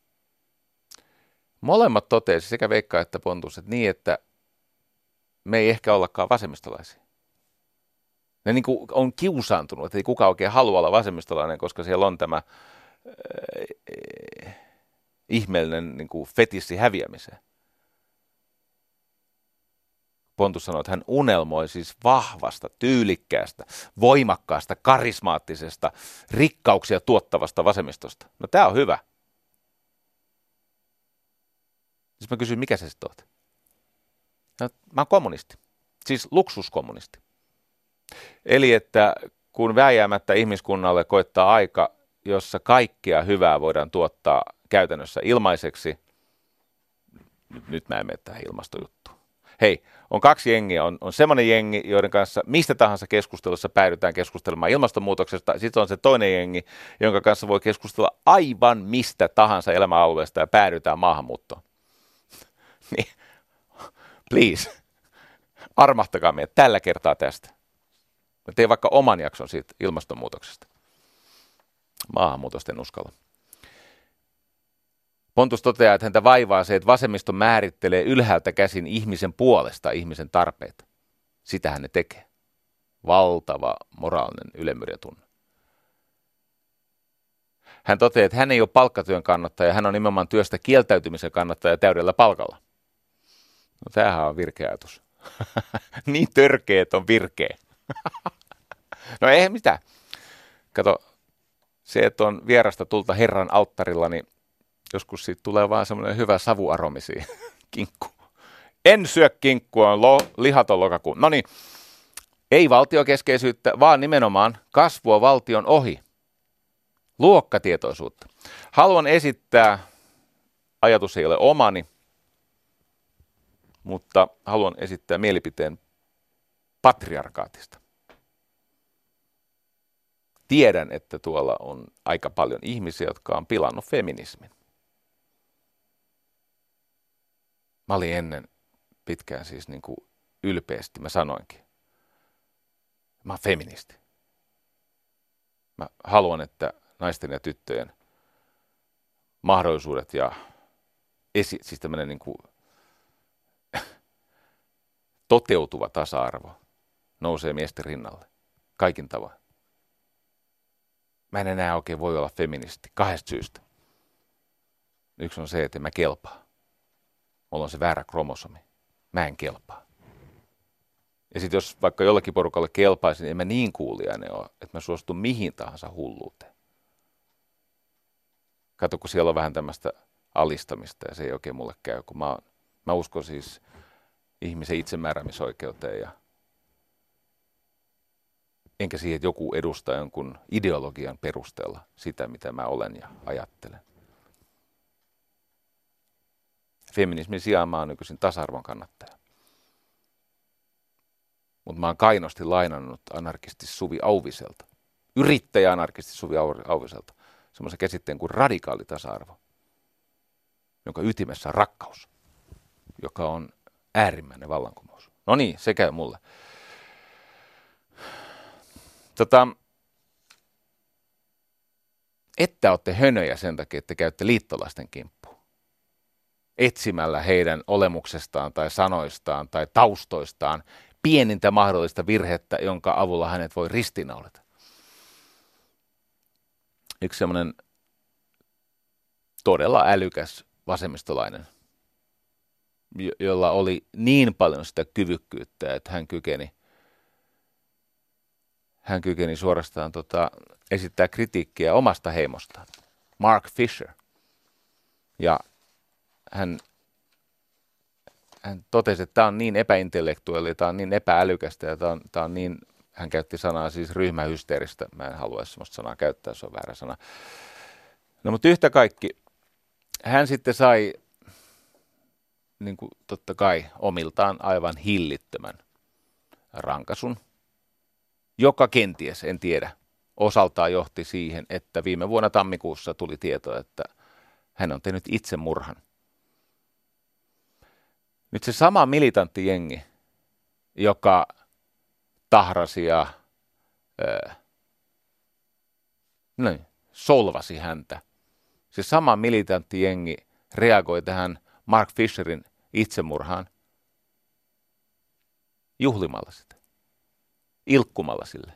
Molemmat totesi, sekä Veikka että Pontus, että me ei ehkä ollakaan vasemmistolaisia. Ne niin kuin on kiusaantunut, että ei kukaan oikein halua olla vasemmistolainen, koska siellä on tämä ihmeellinen niin kuin fetissi häviämiseen. Pontus sanoi, että hän unelmoi siis vahvasta, tyylikkäästä, voimakkaasta, karismaattisesta, rikkauksia tuottavasta vasemmistosta. No tämä on hyvä. Siis mä kysyin, mikä sä sitten oot? No, mä oon kommunisti, siis luksuskommunisti. Eli että kun vääjäämättä ihmiskunnalle koittaa aika, jossa kaikkea hyvää voidaan tuottaa käytännössä ilmaiseksi, nyt mä en mene tähän ilmastojuttuun. Hei, on 2 jengiä. On semmoinen jengi, joiden kanssa mistä tahansa keskustelussa päädytään keskustelemaan ilmastonmuutoksesta. Sitten on se toinen jengi, jonka kanssa voi keskustella aivan mistä tahansa elämäalueesta ja päädytään maahanmuuttoon. Niin, please, armahtakaa meidät tällä kertaa tästä. Mä teen vaikka oman jakson siitä ilmastonmuutoksesta. Maahanmuutosta en uskalla. Pontus toteaa, että häntä vaivaa se, että vasemmisto määrittelee ylhäältä käsin ihmisen puolesta ihmisen tarpeita. Sitähän ne tekee. Valtava moraalinen ylemmyyden tunne. Hän toteaa, että hän ei ole palkkatyön kannattaja, hän on nimenomaan työstä kieltäytymisen kannattaja täydellä palkalla. No tämähän on virkeä ajatus. Niin törkeä, että on virkeä. No eihän mitään. Kato, se, että on vierasta tulta Herran alttarilla, niin joskus siitä tulee vaan semmoinen hyvä savuaromi siihen. Kinkku. En syö kinkkua, on lihaton lokakuun. No niin, ei valtiokeskeisyyttä, vaan nimenomaan kasvua valtion ohi. Luokkatietoisuutta. Haluan esittää, ajatus ei ole omani, mutta haluan esittää mielipiteen patriarkaatista. Tiedän, että tuolla on aika paljon ihmisiä, jotka on pilannut feminismin. Mä olin ennen pitkään siis niin kuin ylpeästi, mä sanoinkin. Mä oon feministi. Mä haluan, että naisten ja tyttöjen mahdollisuudet ja siis tämmöinen niin kuin toteutuva tasa-arvo nousee miesten rinnalle. Kaikin tavoin. Mä en enää oikein voi olla feministi 2 syystä. Yksi on se, että en mä kelpaa. Mulla on se väärä kromosomi. Mä en kelpaa. Ja sitten jos vaikka jollakin porukalle kelpaisi, niin en mä niin kuulijainen ole, että mä suostun mihin tahansa hulluuteen. Kato, kun siellä on vähän tämmöistä alistamista ja se ei oikein mulle käy, kun mä uskon siis ihmisen itsemääräämisoikeuteen ja enkä siihen, että joku edustaa jonkun ideologian perusteella sitä, mitä mä olen ja ajattelen. Feminismin sijaan mä oon nykyisin tasa-arvon kannattaja. Mutta mä oon kainosti lainannut anarkisti Suvi Auviselta, yrittäjä-anarkisti Suvi Auviselta, semmoisen käsitteen kuin radikaali tasa-arvo, jonka ytimessä on rakkaus, joka on äärimmäinen vallankumous. No niin, se käy mulle. Että olette hönöjä sen takia, että käytte liittolaisten kimppuun. Etsimällä heidän olemuksestaan tai sanoistaan tai taustoistaan pienintä mahdollista virhettä, jonka avulla hänet voi ristiinnaulita. Yksi semmoinen todella älykäs vasemmistolainen, jolla oli niin paljon sitä kyvykkyyttä, että hän kykeni suorastaan esittää kritiikkiä omasta heimostaan. Mark Fisher. Ja hän totesi, että tämä on niin epäintellektuelli, tämä on niin epäälykästä ja tämä on niin, hän käytti sanaa siis ryhmähysteeristä. Mä en haluaisi sellaista sanaa käyttää, se on väärä sana. No mutta yhtä kaikki, hän sitten sai niin kuin totta kai omiltaan aivan hillittömän rankasun, joka kenties, en tiedä, osaltaan johti siihen, että viime vuonna tammikuussa tuli tieto, että hän on tehnyt itsemurhan. Nyt se sama militantti jengi, joka tahrasi ja solvasi häntä, se sama militantti jengi reagoi tähän Mark Fisherin itsemurhaan juhlimalla sitä, ilkkumalla sille.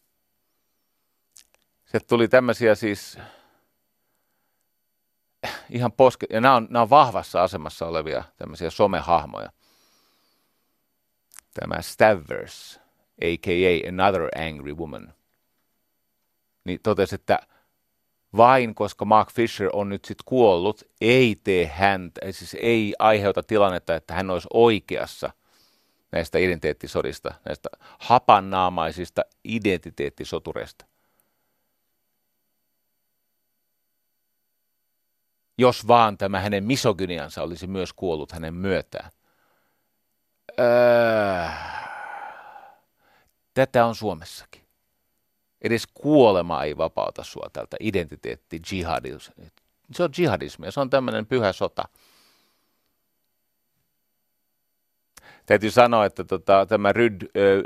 Se tuli tämmöisiä siis ihan ja nämä on vahvassa asemassa olevia tämmöisiä somehahmoja. Tämä Stavers, a.k.a. Another Angry Woman, niin totesi, että vain koska Mark Fisher on nyt sitten kuollut, ei tee häntä, siis ei aiheuta tilannetta, että hän olisi oikeassa näistä identiteettisodista, näistä hapannaamaisista identiteettisotureista. Jos vaan tämä hänen misogyniansa olisi myös kuollut hänen myötään. Tätä on Suomessakin. Edes kuolema ei vapauta sua tältä identiteetti-jihadismia. Se on jihadismia, se on tämmöinen pyhä sota. Täytyy sanoa, että tämä Ryd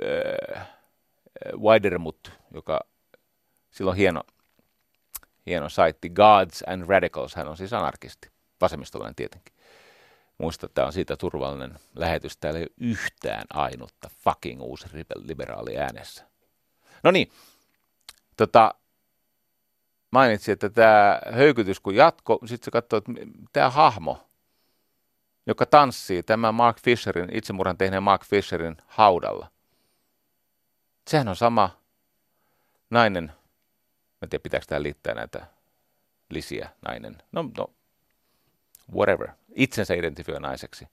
Weidermuth, joka silloin hieno saitti, Gods and Radicals, hän on siis anarkisti, vasemmistolainen tietenkin. Muista, että tämä on siitä turvallinen lähetys, täällä ei ole yhtään ainutta fucking uusi liberaali äänessä. No niin, mainitsi, että tämä höykytys kun jatko, sitten se katsoo, että tämä hahmo, joka tanssii tämän Mark Fisherin, itsemurhan tehneen Mark Fisherin haudalla. Sehän on sama nainen, mä en tiedä pitääkö tämä liittää näitä lisiä, nainen, no whatever, itsensä identifioi naiseksi,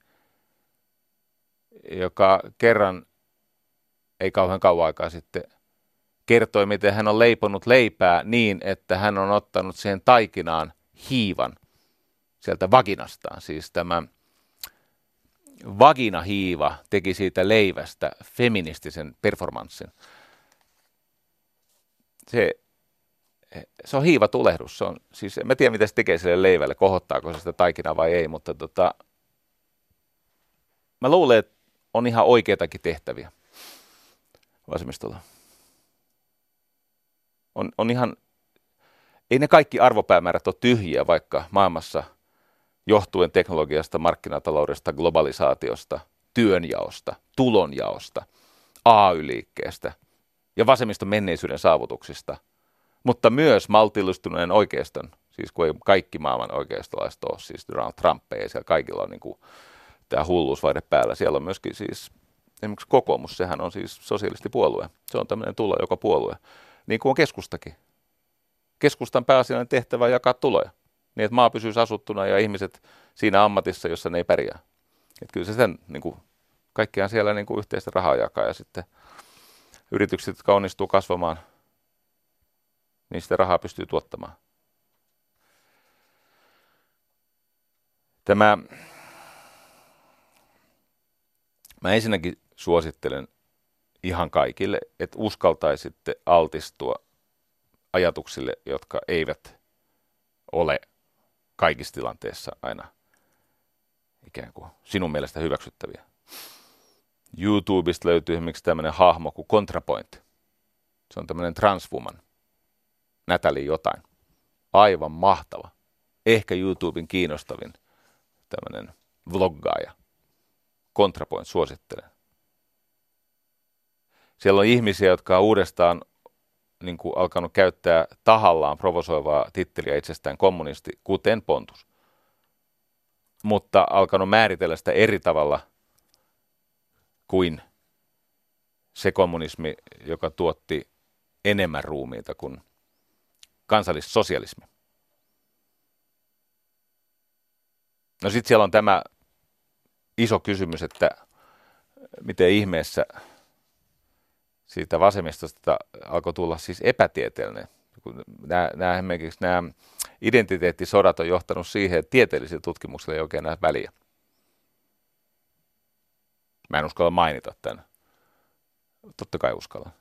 joka kerran, ei kauhean kauan aikaa sitten, kertoi, miten hän on leiponut leipää niin, että hän on ottanut siihen taikinaan hiivan sieltä vaginastaan. Siis tämä vaginahiiva teki siitä leivästä feministisen performanssin. Se on hiivatulehdus. Se on, siis, en mä tiedä, mitä se tekee sille leivälle, kohottaako se sitä taikinaa vai ei, mutta mä luulen, että on ihan oikeitakin tehtäviä vasemmistolla. On ihan, ei ne kaikki arvopäämäärät ole tyhjiä, vaikka maailmassa johtuen teknologiasta, markkinataloudesta, globalisaatiosta, työnjaosta, tulonjaosta, AY-liikkeestä ja vasemmiston menneisyyden saavutuksista, mutta myös maltillistuneen oikeiston, siis kun ei kaikki maailman oikeistolaiset ole, siis Donald Trump ja siellä kaikilla on niin kuin tämä hulluusvaihde päällä. Siellä on myöskin siis esimerkiksi kokoomus, sehän on siis sosialistipuolue. Se on tämmöinen tulo joka puolue. Niin kuin on keskustakin. Keskustan pääasiallinen tehtävä on jakaa tuloja, niin että maa pysyisi asuttuna ja ihmiset siinä ammatissa, jossa ne ei pärjää. Että kyllä se sen, niin kuin, kaikkiaan siellä niin kuin yhteistä rahaa jakaa ja sitten yritykset, jotka onnistuu kasvamaan, niin sitä rahaa pystyy tuottamaan. Mä ensinnäkin suosittelen ihan kaikille, että uskaltaisitte altistua ajatuksille, jotka eivät ole kaikissa tilanteissa aina ikään kuin sinun mielestä hyväksyttäviä. YouTubesta löytyy esimerkiksi tämmöinen hahmo kuin ContraPoint. Se on tämmöinen transwoman. Natalie jotain. Aivan mahtava. Ehkä YouTuben kiinnostavin tämmöinen vloggaaja. ContraPoint, suosittelen. Siellä on ihmisiä, jotka on uudestaan niin kuin alkanut käyttää tahallaan provosoivaa titteliä itsestään kommunisti, kuten Pontus. Mutta alkanut määritellä sitä eri tavalla kuin se kommunismi, joka tuotti enemmän ruumiita kuin kansallissosialismi. No sitten siellä on tämä iso kysymys, että miten ihmeessä siitä vasemmistosta alkoi tulla siis epätieteellinen. Esimerkiksi nämä identiteettisodat on johtanut siihen, että tieteellisillä tutkimuksilla ei oikein näe väliä. Mä en uskalla mainita tämän. Totta kai uskallan.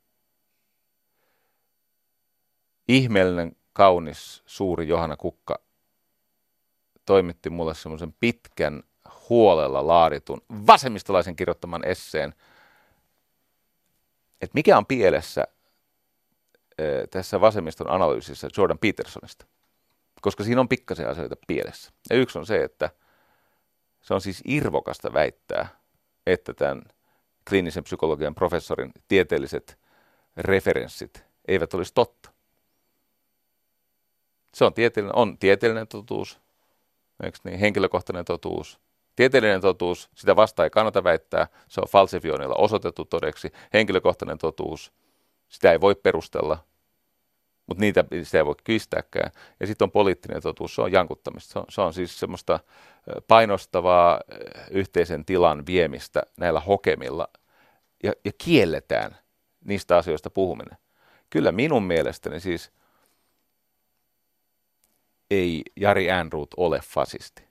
Ihmeellinen, kaunis, suuri Johanna Kukka toimitti mulle semmoisen pitkän, huolella laaditun, vasemmistolaisen kirjoittaman esseen, että mikä on pielessä tässä vasemmiston analyysissä Jordan Petersonista, koska siinä on pikkasen asioita pielessä. Ja yksi on se, että se on siis irvokasta väittää, että tämän kliinisen psykologian professorin tieteelliset referenssit eivät olisi totta. Se on tieteellinen totuus, eikö niin, henkilökohtainen totuus. Tieteellinen totuus, sitä vastaan ei kannata väittää, se on falsifioinnilla osoitettu todeksi. Henkilökohtainen totuus, sitä ei voi perustella, mutta sitä ei voi kiistääkään. Ja sitten on poliittinen totuus, se on jankuttamista. Se on siis semmoista painostavaa yhteisen tilan viemistä näillä hokemilla ja kielletään niistä asioista puhuminen. Kyllä minun mielestäni siis ei Jari Ehrnrooth ole fasisti.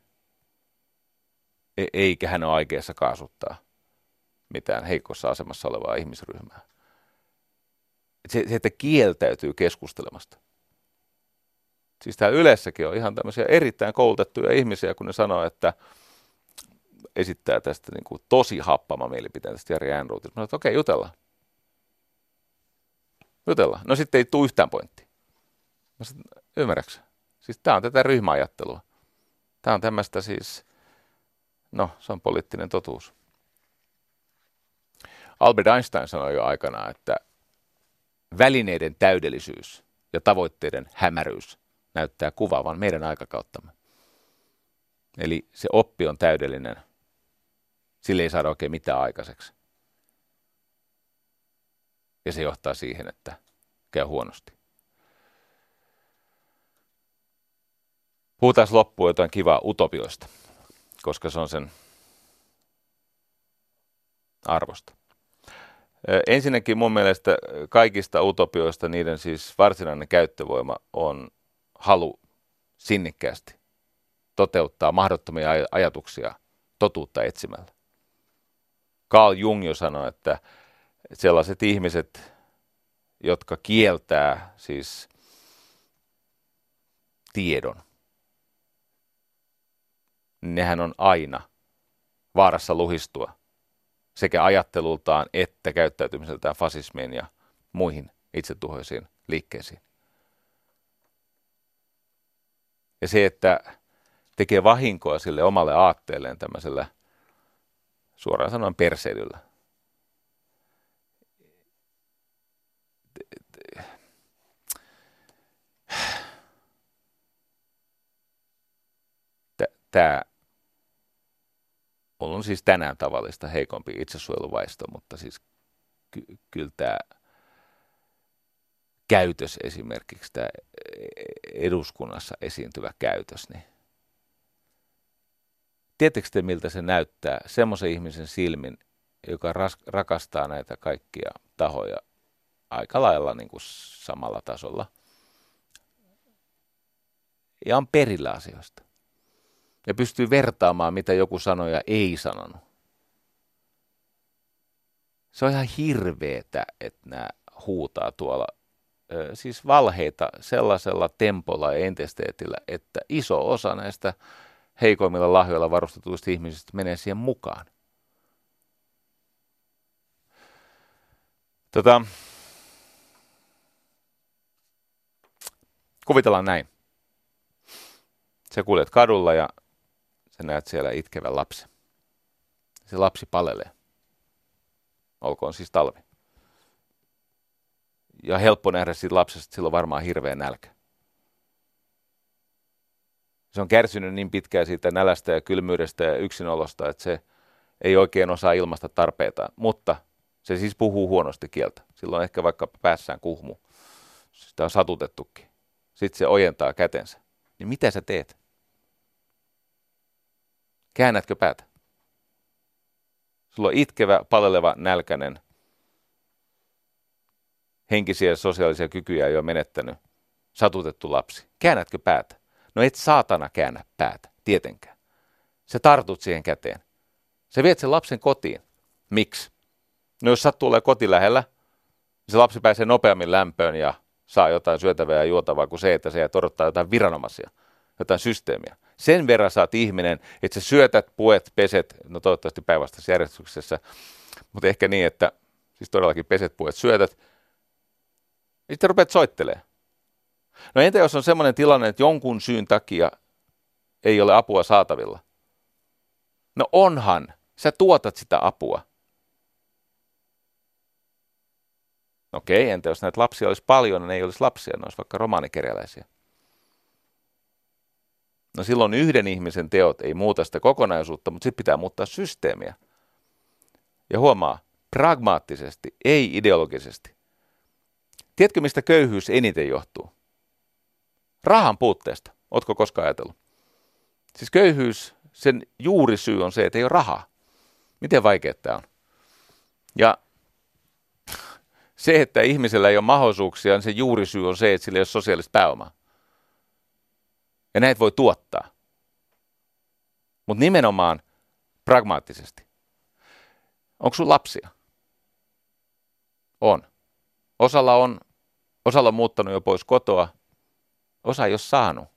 Eikä hän ole aikeessa kaasuttaa mitään heikossa asemassa olevaa ihmisryhmää. Se, että kieltäytyy keskustelemasta. Siis täällä Ylessäkin on ihan tämmöisiä erittäin koulutettuja ihmisiä, kun ne sanoo, että esittää tästä niin kuin tosi happama mielipiteen tästä Jari Ehrnroothista. Mä sanoin, että okei, jutellaan. No sitten ei tule yhtään pointtia. Mä sanoin, ymmärräksä? Siis tää on tätä ryhmäajattelua. Tää on tämmöistä siis, no se on poliittinen totuus. Albert Einstein sanoi jo aikanaan, että välineiden täydellisyys ja tavoitteiden hämäryys näyttää kuvaavan meidän aikakauttamme. Eli se oppi on täydellinen. Sille ei saada oikein mitään aikaiseksi. Ja se johtaa siihen, että käy huonosti. Puhutaan loppuun jotain kivaa utopioista, koska se on sen arvosta. Ensinnäkin mun mielestä kaikista utopioista niiden siis varsinainen käyttövoima on halu sinnikkäästi toteuttaa mahdottomia ajatuksia totuutta etsimällä. Carl Jung jo sanoi, että sellaiset ihmiset, jotka kieltää siis tiedon, nehän on aina vaarassa luhistua sekä ajattelultaan että käyttäytymiseltään fasismiin ja muihin itsetuhoisiin liikkeisiin. Ja se, että tekee vahinkoa sille omalle aatteelleen tämmöisellä suoraan sanoen perseilyllä. Tämä on siis tänään tavallista heikompi itsesuojeluvaisto, mutta siis kyllä tämä käytös esimerkiksi, tämä eduskunnassa esiintyvä käytös, niin tiedättekö te, miltä se näyttää semmoisen ihmisen silmin, joka rakastaa näitä kaikkia tahoja aika lailla niin kuin samalla tasolla ja on perillä asioista ja pystyy vertaamaan, mitä joku sanoi ja ei sanonut. Se on ihan hirveetä, että nämä huutaa tuolla siis valheita sellaisella tempolla ja intensiteetillä, että iso osa näistä heikoimmilla lahjoilla varustetuista ihmisistä menee siihen mukaan. Kuvitellaan näin. Sä kuljet kadulla ja sä näet siellä itkevän lapsen. Se lapsi palelee. Olkoon siis talvi. Ja helppo nähdä siitä lapsesta, että sillä on varmaan hirveä nälkä. Se on kärsinyt niin pitkään siitä nälästä ja kylmyydestä ja yksinolosta, että se ei oikein osaa ilmaista tarpeitaan. Mutta se siis puhuu huonosti kieltä. Silloin ehkä vaikka päässään kuhmu. Sitä on satutettukin. Sitten se ojentaa kätensä. Niin mitä sä teet? Käännätkö päätä? Sulla on itkevä, paleleva, nälkäinen, henkisiä ja sosiaalisia kykyjä ei ole menettänyt, satutettu lapsi. Käännätkö päätä? No et saatana käännä päätä, tietenkään. Sä tartut siihen käteen. Sä viet sen lapsen kotiin. Miksi? No jos sattuu olemaan koti lähellä, niin se lapsi pääsee nopeammin lämpöön ja saa jotain syötävää ja juotavaa kuin se, että se odottaa jotain viranomaisia, jotain systeemiä. Sen verran saat ihminen, että sä syötät, puet, peset, no toivottavasti päinvastaisessa järjestyksessä, mutta ehkä niin, että siis todellakin peset, puet, syötät, ja sitten rupeat soittelemaan. No entä jos on semmoinen tilanne, että jonkun syyn takia ei ole apua saatavilla? No onhan, sä tuotat sitä apua. Okei, entä jos näitä lapsia olisi paljon, niin ne ei olisi lapsia, ne olisi vaikka romaanikerjäläisiä. No silloin yhden ihmisen teot ei muuta sitä kokonaisuutta, mutta sitten pitää muuttaa systeemiä. Ja huomaa, pragmaattisesti, ei ideologisesti. Tiedätkö, mistä köyhyys eniten johtuu? Rahan puutteesta. Ootko koskaan ajatellut? Siis köyhyys, sen juurisyy on se, että ei ole rahaa. Miten vaikea tämä on? Ja se, että ihmisellä ei ole mahdollisuuksia, niin se juurisyy on se, että sillä ei ole sosiaalista pääomaa. Ja näitä voi tuottaa. Mutta nimenomaan pragmaattisesti. Onko sun lapsia? On. Osalla on muuttanut jo pois kotoa. Osa ei ole saanut.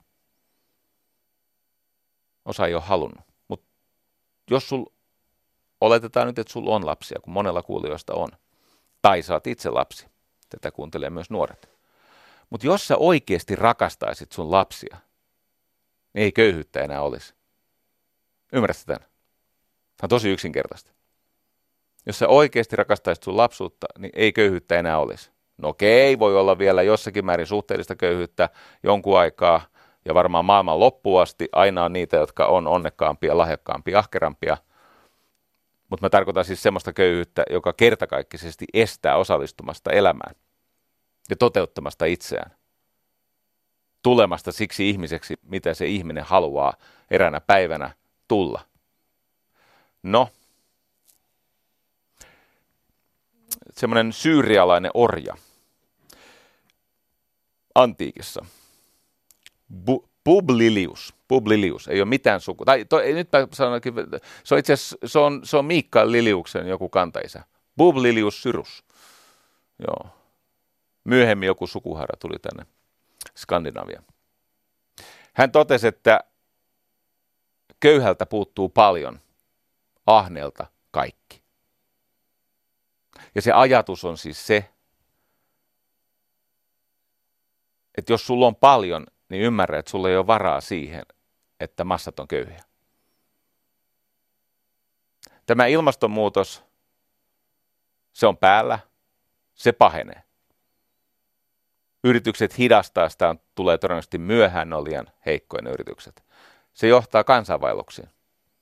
Osa ei ole halunnut. Mutta jos oletetaan nyt, että sulla on lapsia, kun monella kuulijoista on. Tai sä oot itse lapsi. Tätä kuuntelee myös nuoret. Mutta jos sä oikeasti rakastaisit sun lapsia, niin ei köyhyyttä enää olisi. Ymmärrätkö tämän? Tämä on tosi yksinkertaista. Jos sä oikeasti rakastaisit sun lapsuutta, niin ei köyhyyttä enää olisi. No okei, voi olla vielä jossakin määrin suhteellista köyhyyttä jonkun aikaa, ja varmaan maailman loppuun asti aina on niitä, jotka on onnekkaampia, lahjakkaampia, ahkerampia. Mutta mä tarkoitan siis semmoista köyhyyttä, joka kertakaikkisesti estää osallistumasta elämään ja toteuttamasta itseään. Tulemasta siksi ihmiseksi, mitä se ihminen haluaa eräänä päivänä tulla. No, semmoinen syyrialainen orja antiikissa. Publilius, ei ole mitään suku. Nyt mä sanoinkin, se on itse asiassa, se on Mikael Liliuksen joku kantaisä. Publilius Syrus. Joo. Myöhemmin joku sukuhara tuli tänne Skandinaviaan. Hän totesi, että köyhältä puuttuu paljon, ahneelta kaikki. Ja se ajatus on siis se, että jos sulla on paljon, niin ymmärrä, että sulla ei ole varaa siihen, että massat on köyhiä. Tämä ilmastonmuutos, se on päällä, se pahenee. Yritykset hidastaa sitä, tulee todennäköisesti myöhään, ne on liian heikkoja ne yritykset. Se johtaa kansainvaelluksiin.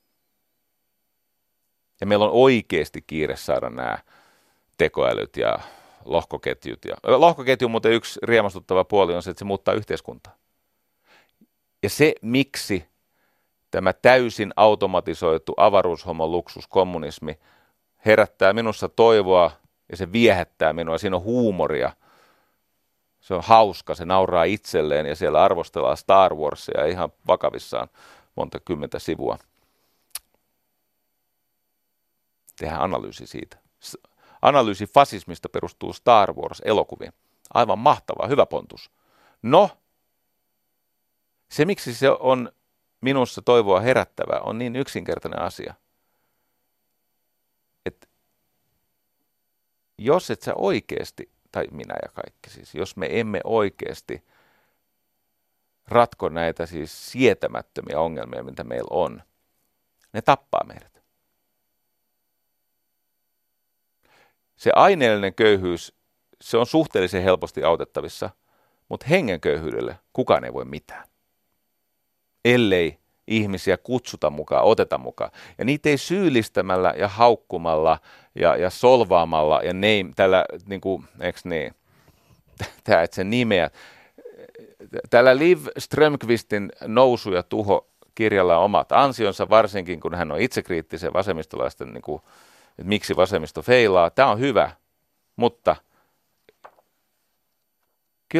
Ja meillä on oikeasti kiire saada nämä tekoälyt ja lohkoketjut. Lohkoketju muuten yksi riemastuttava puoli on se, että se muuttaa yhteiskuntaa. Ja se, miksi tämä täysin automatisoitu avaruushomon luksuskommunismi herättää minussa toivoa ja se viehättää minua, siinä on huumoria. Se on hauska, se nauraa itselleen ja siellä arvostellaan Star Warsia ihan vakavissaan monta kymmentä sivua. Tehdään analyysi siitä. Analyysi fasismista perustuu Star Wars-elokuviin. Aivan mahtavaa, hyvä pontus. No, se miksi se on minussa toivoa herättävää, on niin yksinkertainen asia. Että jos et sä oikeasti, tai minä ja kaikki siis, jos me emme oikeasti ratko näitä siis sietämättömiä ongelmia, mitä meillä on, ne tappaa meidät. Se aineellinen köyhyys, se on suhteellisen helposti autettavissa, mutta hengen köyhyydelle kukaan ei voi mitään. Ellei ihmisiä kutsuta mukaan, oteta mukaan. Ja niitä ei syyllistämällä ja haukkumalla ja solvaamalla ja tällä, niin kuin, eikö niin, tämä et sen nimeä. Tällä Liv Strömqvistin Nousu ja tuho -kirjalla on omat ansionsa, varsinkin kun hän on itsekriittisen vasemmistolaisten, niin kuin, että miksi vasemmisto feilaa. Tämä on hyvä, mutta kyllä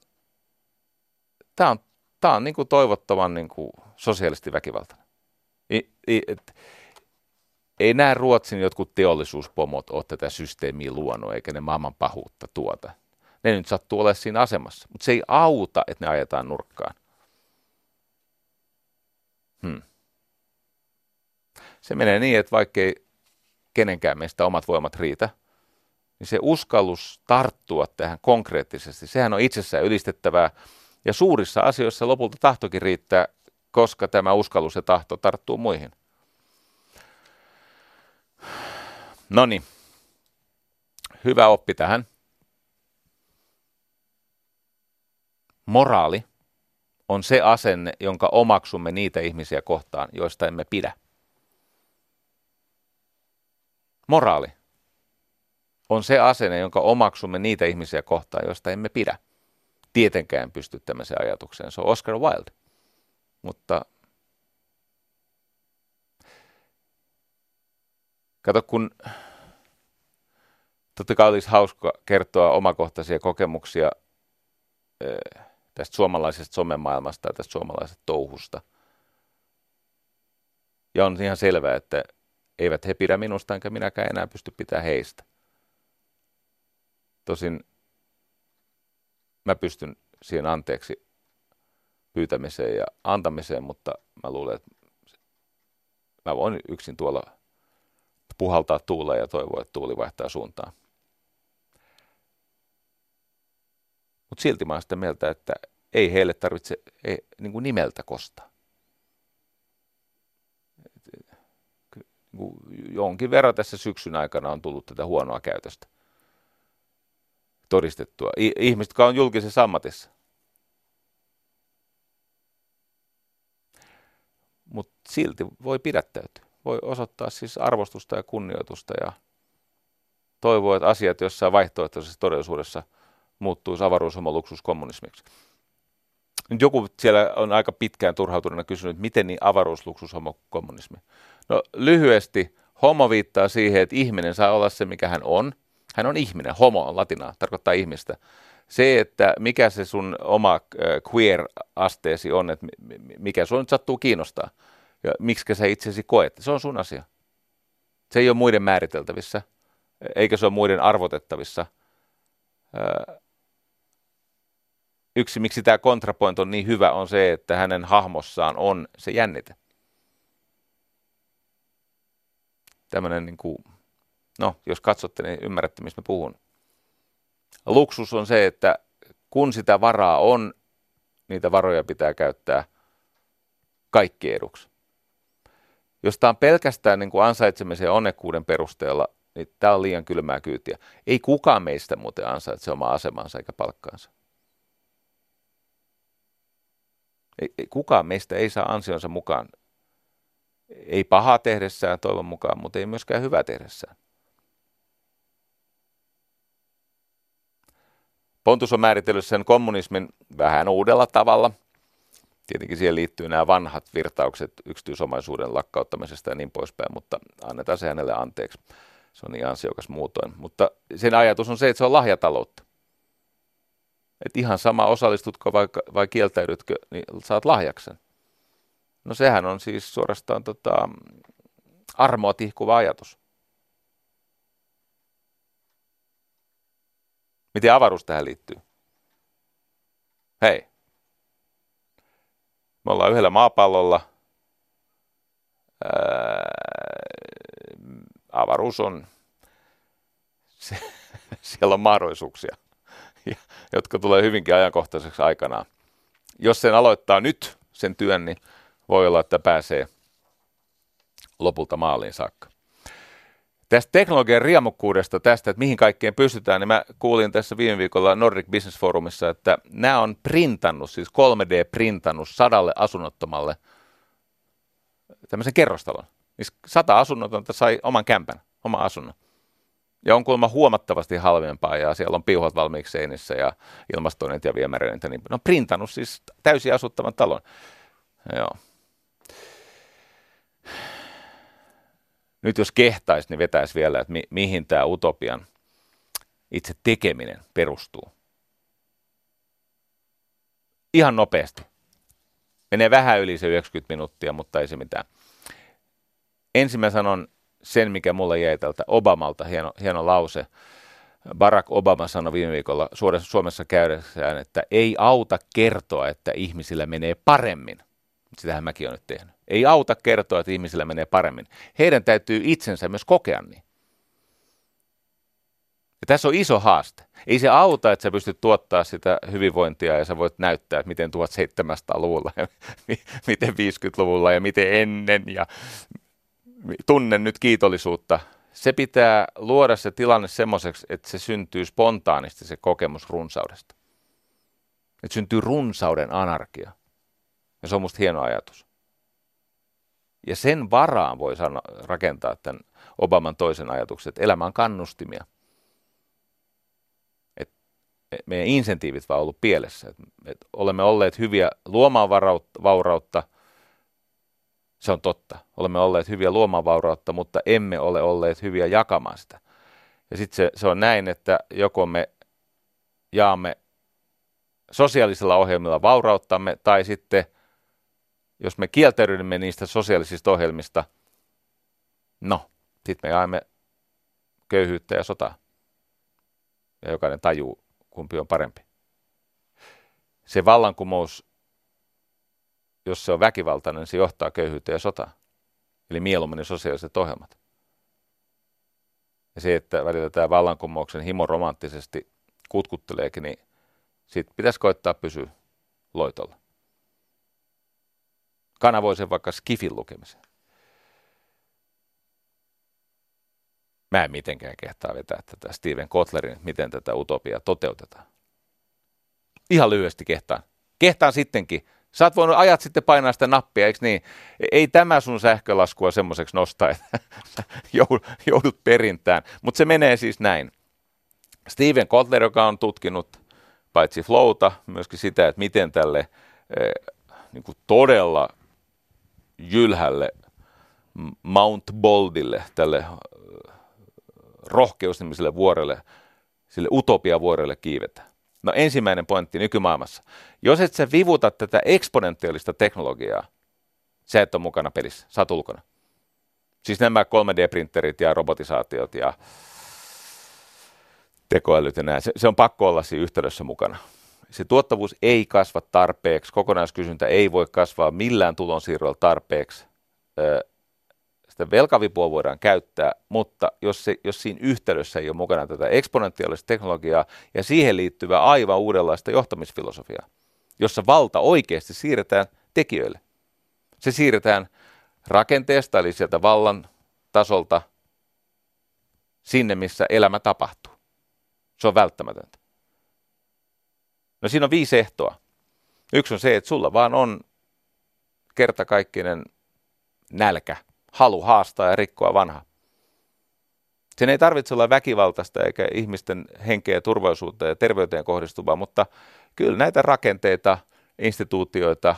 tämä on niin kuin toivottoman niin kuin sosiaalisesti väkivaltainen. Ei nämä Ruotsin jotkut teollisuuspomot ole tätä systeemiä luonut, eikä ne maailman pahuutta tuota. Ne nyt sattuu olemaan siinä asemassa, mutta se ei auta, että ne ajetaan nurkkaan. Se menee niin, että vaikkei kenenkään meistä omat voimat riitä, niin se uskallus tarttua tähän konkreettisesti, sehän on itsessään ylistettävää. Ja suurissa asioissa lopulta tahtokin riittää, koska tämä uskallus ja tahto tarttuu muihin. Noniin, hyvä oppi tähän. Moraali on se asenne, jonka omaksumme niitä ihmisiä kohtaan, joista emme pidä. Moraali on se asenne, jonka omaksumme niitä ihmisiä kohtaan, joista emme pidä. Tietenkään pysty tämmöiseen ajatukseen. Se on Oscar Wilde. Mutta kato, kun totta kai olisi hauska kertoa omakohtaisia kokemuksia tästä suomalaisesta somemaailmasta ja tästä suomalaisesta touhusta. Ja on ihan selvää, että eivät he pidä minusta, enkä minäkään enää pysty pitämään heistä. Tosin mä pystyn siihen anteeksi pyytämiseen ja antamiseen, mutta mä luulen, että mä voin yksin tuolla puhaltaa tuuleen ja toivoa, että tuuli vaihtaa suuntaan. Mutta silti mä oon sitä mieltä, että ei heille tarvitse niin kuin nimeltä kostaa. Jonkin verran tässä syksyn aikana on tullut tätä huonoa käytöstä. todistettua. Ihmiset, jotka on julkisessa ammatissa. Mutta silti voi pidättäytyä. Voi osoittaa siis arvostusta ja kunnioitusta ja toivoa, että asiat jossain vaihtoehtoisessa todellisuudessa muuttuisi avaruushomoluksuskommunismiksi. Nyt joku siellä on aika pitkään turhautuneena kysynyt, miten niin avaruusluksushomokommunismi? No lyhyesti, homo viittaa siihen, että ihminen saa olla se, mikä hän on. Hän on ihminen, homo on latinaa, tarkoittaa ihmistä. Se, että mikä se sun oma queer-asteesi on, että mikä sun nyt sattuu kiinnostaa ja miksi sä itsesi koet, se on sun asia. Se ei ole muiden määriteltävissä, eikä se ole muiden arvotettavissa. Yksi, miksi tämä kontrapoint on niin hyvä, on se, että hänen hahmossaan on se jännite. Tämmöinen, niin kuin, no, jos katsotte, niin ymmärrätte, mistä mä puhun. Luksus on se, että kun sitä varaa on, niitä varoja pitää käyttää kaikkien eduksi. Jos tämä on pelkästään niin kuin ansaitsemisen ja onnekkuuden perusteella, niin tämä on liian kylmää kyytiä. Ei kukaan meistä muuten ansaitse omaa asemansa eikä palkkaansa. Kukaan meistä ei saa ansionsa mukaan. Ei pahaa tehdessään toivon mukaan, mutta ei myöskään hyvää tehdessään. Pontus on määritellyt sen kommunismin vähän uudella tavalla. Tietenkin siihen liittyy nämä vanhat virtaukset yksityisomaisuuden lakkauttamisesta ja niin poispäin, mutta annetaan se hänelle anteeksi. Se on niin ansiokas muutoin. Mutta sen ajatus on se, että se on lahjataloutta. Että ihan sama osallistutko vai kieltäydytkö, niin saat lahjaksen. No sehän on siis suorastaan armoa tihkuva ajatus. Miten avaruus tähän liittyy? Hei. Me ollaan yhdellä maapallolla. Avaruus on, siellä on mahdollisuuksia, jotka tulee hyvinkin ajankohtaiseksi aikanaan. Jos sen aloittaa nyt, sen työn, niin voi olla, että pääsee lopulta maaliin saakka. Tästä teknologian riemukkuudesta, tästä, että mihin kaikkeen pystytään, niin mä kuulin tässä viime viikolla Nordic Business Forumissa, että nämä on printannut, siis 3D-printannut 100 asunnottomalle tämmöisen kerrostalon. Niin 100 asunnotonta sai oman kämpän, oman asunnon. Ja on kuulemma huomattavasti halvempaa ja siellä on piuhat valmiiksi seinissä ja ilmastoinnit ja viemäröinnit. Niin ne on printannut siis täysin asuttavan talon. Joo. Nyt jos kehtaisi, niin vetäisi vielä, että mihin tämä utopian itse tekeminen perustuu. Ihan nopeasti. Menee vähän yli se 90 minuuttia, mutta ei se mitään. Ensin mä sanon sen, mikä mulle jäi tältä Obamalta, hieno lause. Barack Obama sanoi viime viikolla Suomessa käydessään, että ei auta kertoa, että ihmisillä menee paremmin. Sitähän mäkin olen nyt tehnyt. Ei auta kertoa, että ihmisillä menee paremmin. Heidän täytyy itsensä myös kokea niin. Ja tässä on iso haaste. Ei se auta, että sä pystyt tuottaa sitä hyvinvointia ja sä voit näyttää, että miten 1700-luvulla ja miten 50-luvulla ja miten ennen ja tunnen nyt kiitollisuutta. Se pitää luoda se tilanne semmoiseksi, että se syntyy spontaanisti se kokemus runsaudesta. Että syntyy runsauden anarkia. Ja se on musta hieno ajatus. Ja sen varaan voi rakentaa tämän Obaman toisen ajatuksen, että elämä on kannustimia. Että meidän insentiivit vaan ollut pielessä. Että olemme olleet hyviä luomaan vaurautta. Se on totta. Olemme olleet hyviä luomaan vaurautta, mutta emme ole olleet hyviä jakamaan sitä. Ja sitten se on näin, että joko me jaamme sosiaalisilla ohjelmilla vaurauttamme, tai sitten jos me kieltäydymme niistä sosiaalisista ohjelmista, no, sitten me jaamme köyhyyttä ja sotaa. Ja jokainen tajuu, kumpi on parempi. Se vallankumous, jos se on väkivaltainen, se johtaa köyhyyteen ja sotaan. Eli mieluummin ne sosiaaliset ohjelmat. Ja se, että välillä tämä vallankumouksen himo romanttisesti kutkutteleekin, niin siitä pitäisi koittaa pysyä loitolla. Kanavoi sen vaikka Skifin lukemiseen. Mä en mitenkään kehtaa vetää tätä Steven Kotlerin, miten tätä utopiaa toteutetaan. Ihan lyhyesti kehtaan. Kehtaan sittenkin. Sä oot voinut ajat sitten painaa sitä nappia, eikö niin? Ei tämä sun sähkölaskua semmoiseksi nosta, että joudut perintään. Mutta se menee siis näin. Steven Kotler, joka on tutkinut paitsi flowta, myöskin sitä, että miten tälle niin kuin todella jylhälle Mount Boldille, tälle rohkeusnimiselle vuorelle, sille utopiavuorelle kiivetään. No ensimmäinen pointti nykymaailmassa. Jos et sä vivuta tätä eksponentiaalista teknologiaa, sä et ole mukana pelissä, sä oot ulkona. Siis nämä 3D-printerit ja robotisaatiot ja tekoälyt ja nää. Se on pakko olla siinä yhtälössä mukana. Se tuottavuus ei kasva tarpeeksi, kokonaiskysyntä ei voi kasvaa millään tulonsiirroilla tarpeeksi. Sitä velkavipua voidaan käyttää, mutta jos siinä yhtälössä ei ole mukana tätä eksponentiaalista teknologiaa ja siihen liittyvää aivan uudenlaista johtamisfilosofiaa, jossa valta oikeasti siirretään tekijöille. Se siirretään rakenteesta, eli sieltä vallan tasolta sinne, missä elämä tapahtuu. Se on välttämätöntä. No siinä on 5 ehtoa. Yksi on se, että sulla vaan on kertakaikkinen nälkä, halu haastaa ja rikkoa vanha. Sen ei tarvitse olla väkivaltaista eikä ihmisten henkeä, turvallisuutta ja terveyteen kohdistuvaa, mutta kyllä näitä rakenteita, instituutioita,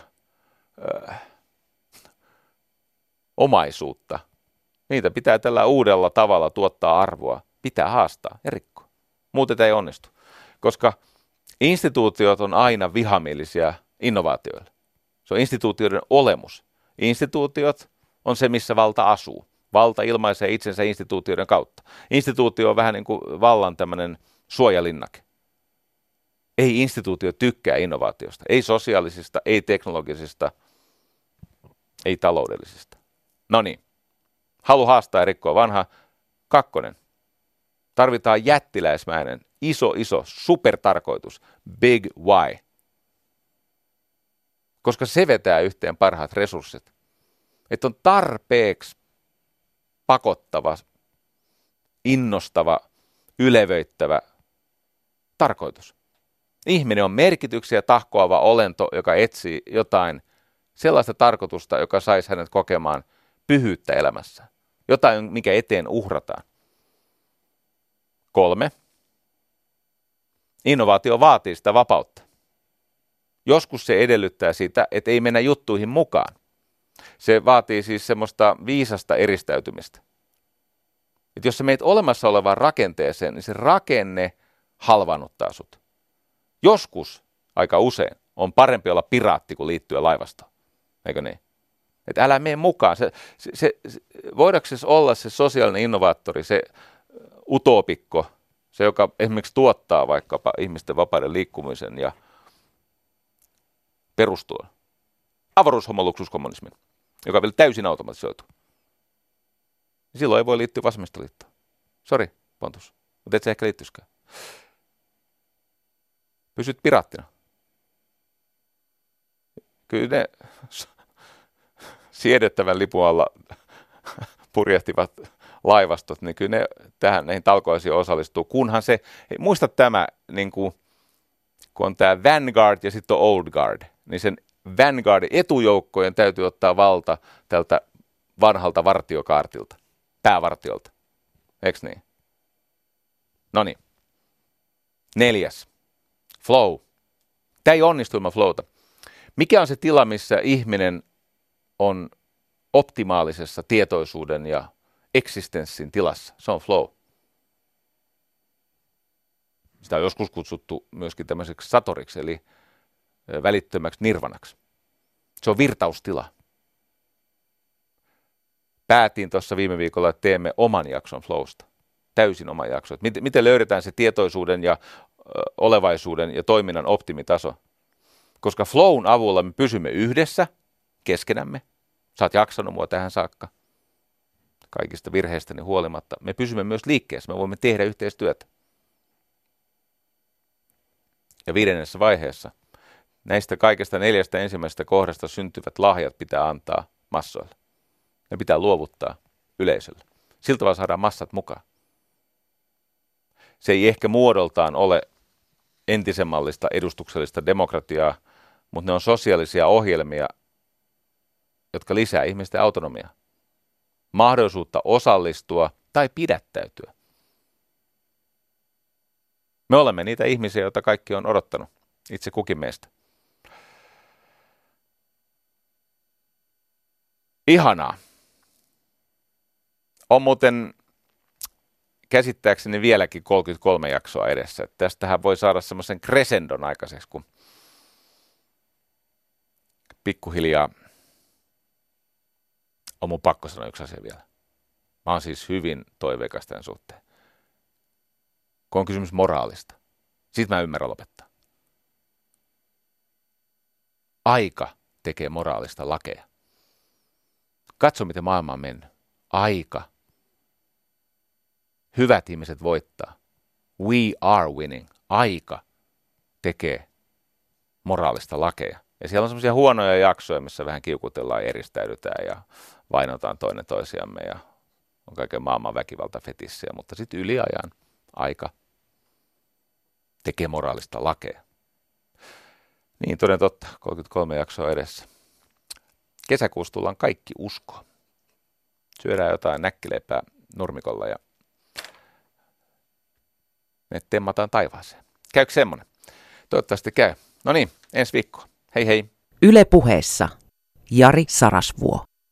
omaisuutta, niitä pitää tällä uudella tavalla tuottaa arvoa, pitää haastaa ja rikkoa. Muuten ei onnistu, koska instituutiot on aina vihamielisiä innovaatioille. Se on instituutioiden olemus. Instituutiot on se, missä valta asuu. Valta ilmaisee itsensä instituutioiden kautta. Instituutio on vähän niin kuin vallan tämmöinen suojalinnake. Ei instituutio tykkää innovaatiosta. Ei sosiaalisista, ei teknologisista, ei taloudellisista. No niin. Halu haastaa ja rikkoa vanha. 2. Tarvitaan jättiläismäinen, iso supertarkoitus. Big why. Koska se vetää yhteen parhaat resurssit. Että on tarpeeksi pakottava, innostava, ylevöittävä tarkoitus. Ihminen on merkityksiä tahkoava olento, joka etsii jotain sellaista tarkoitusta, joka saisi hänet kokemaan pyhyyttä elämässä. Jotain, mikä eteen uhrataan. 3. Innovaatio vaatii sitä vapautta. Joskus se edellyttää sitä, että ei mennä juttuihin mukaan. Se vaatii siis semmoista viisasta eristäytymistä. Että jos sä meet olemassa olevaan rakenteeseen, niin se rakenne halvannuttaa sut. Joskus, aika usein, on parempi olla piraatti kuin liittyä laivastoon. Eikö niin? Että älä mene mukaan. Voidaanko se olla se sosiaalinen innovaattori, se utopikko, se joka esimerkiksi tuottaa vaikkapa ihmisten vapauden liikkumisen ja perustuu avaruushomoluksuskommunismin, joka on vielä täysin automatisoitu. Silloin ei voi liittyä vasemmistoliittoon. Sori, Pontus, mutta et sä ehkä liittyisikään. Pysyt piraattina. Kyllä ne siedettävän lipun alla purjehtivat laivastot, niin kyllä ne näihin talkoisiin osallistuu. Kunhan se, muista tämä, niin kuin, kun on tämä Vanguard ja sitten on Old Guard, niin sen Vanguardin etujoukkojen täytyy ottaa valta tältä vanhalta vartiokaartilta, päävartiolta. Eikö niin? Noniin. 4. Flow. Tämä ei onnistu ilman flowta. Mikä on se tila, missä ihminen on optimaalisessa tietoisuuden ja eksistenssin tilassa? Se on flow. Sitä on joskus kutsuttu myöskin tämmöiseksi satoriksi, eli välittömäksi nirvanaksi. Se on virtaustila. Päätin tuossa viime viikolla, että teemme oman jakson flowsta. Täysin oman jakson. Miten löydetään se tietoisuuden ja olevaisuuden ja toiminnan optimitaso? Koska flown avulla me pysymme yhdessä keskenämme. Sä oot jaksanut mua tähän saakka. Kaikista virheistäni huolimatta. Me pysymme myös liikkeessä. Me voimme tehdä yhteistyötä. Ja 5. vaiheessa näistä kaikista 4 ensimmäisestä kohdasta syntyvät lahjat pitää antaa massoille. Ne pitää luovuttaa yleisölle. Siltä vaan saadaan massat mukaan. Se ei ehkä muodoltaan ole entisenmallista edustuksellista demokratiaa, mutta ne on sosiaalisia ohjelmia, jotka lisää ihmisten autonomiaa. Mahdollisuutta osallistua tai pidättäytyä. Me olemme niitä ihmisiä, joita kaikki on odottanut, itse kukin meistä. Ihanaa. On muuten käsittääkseni vieläkin 33 jaksoa edessä. Tästähän voi saada semmoisen crescendon aikaiseksi, kun pikkuhiljaa on mun pakko sanoa yksi asia vielä. Mä oon siis hyvin toiveikas tämän suhteen. Kun on kysymys moraalista. Siitä mä ymmärrän lopettaa. Aika tekee moraalista lakeja. Katso, miten maailma on mennyt. Aika. Hyvät ihmiset voittaa. We are winning. Aika tekee moraalista lakeja. Ja siellä on semmoisia huonoja jaksoja, missä vähän kiukutellaan, eristäydytään ja vainotaan toinen toisiamme ja on kaiken maailman väkivaltafetissiä. Mutta sitten yliajan aika tekee moraalista lakeja. Niin, toden totta, 33 jaksoa edessä. Kesäkuussa tullaan kaikki uskoon. Syödään jotain näkkileipää nurmikolla ja me temmataan taivaaseen. Käykö semmonen? Toivottavasti käy. No niin, ensi viikkoa. Hei hei. Yle Puheessa Jari Sarasvuo.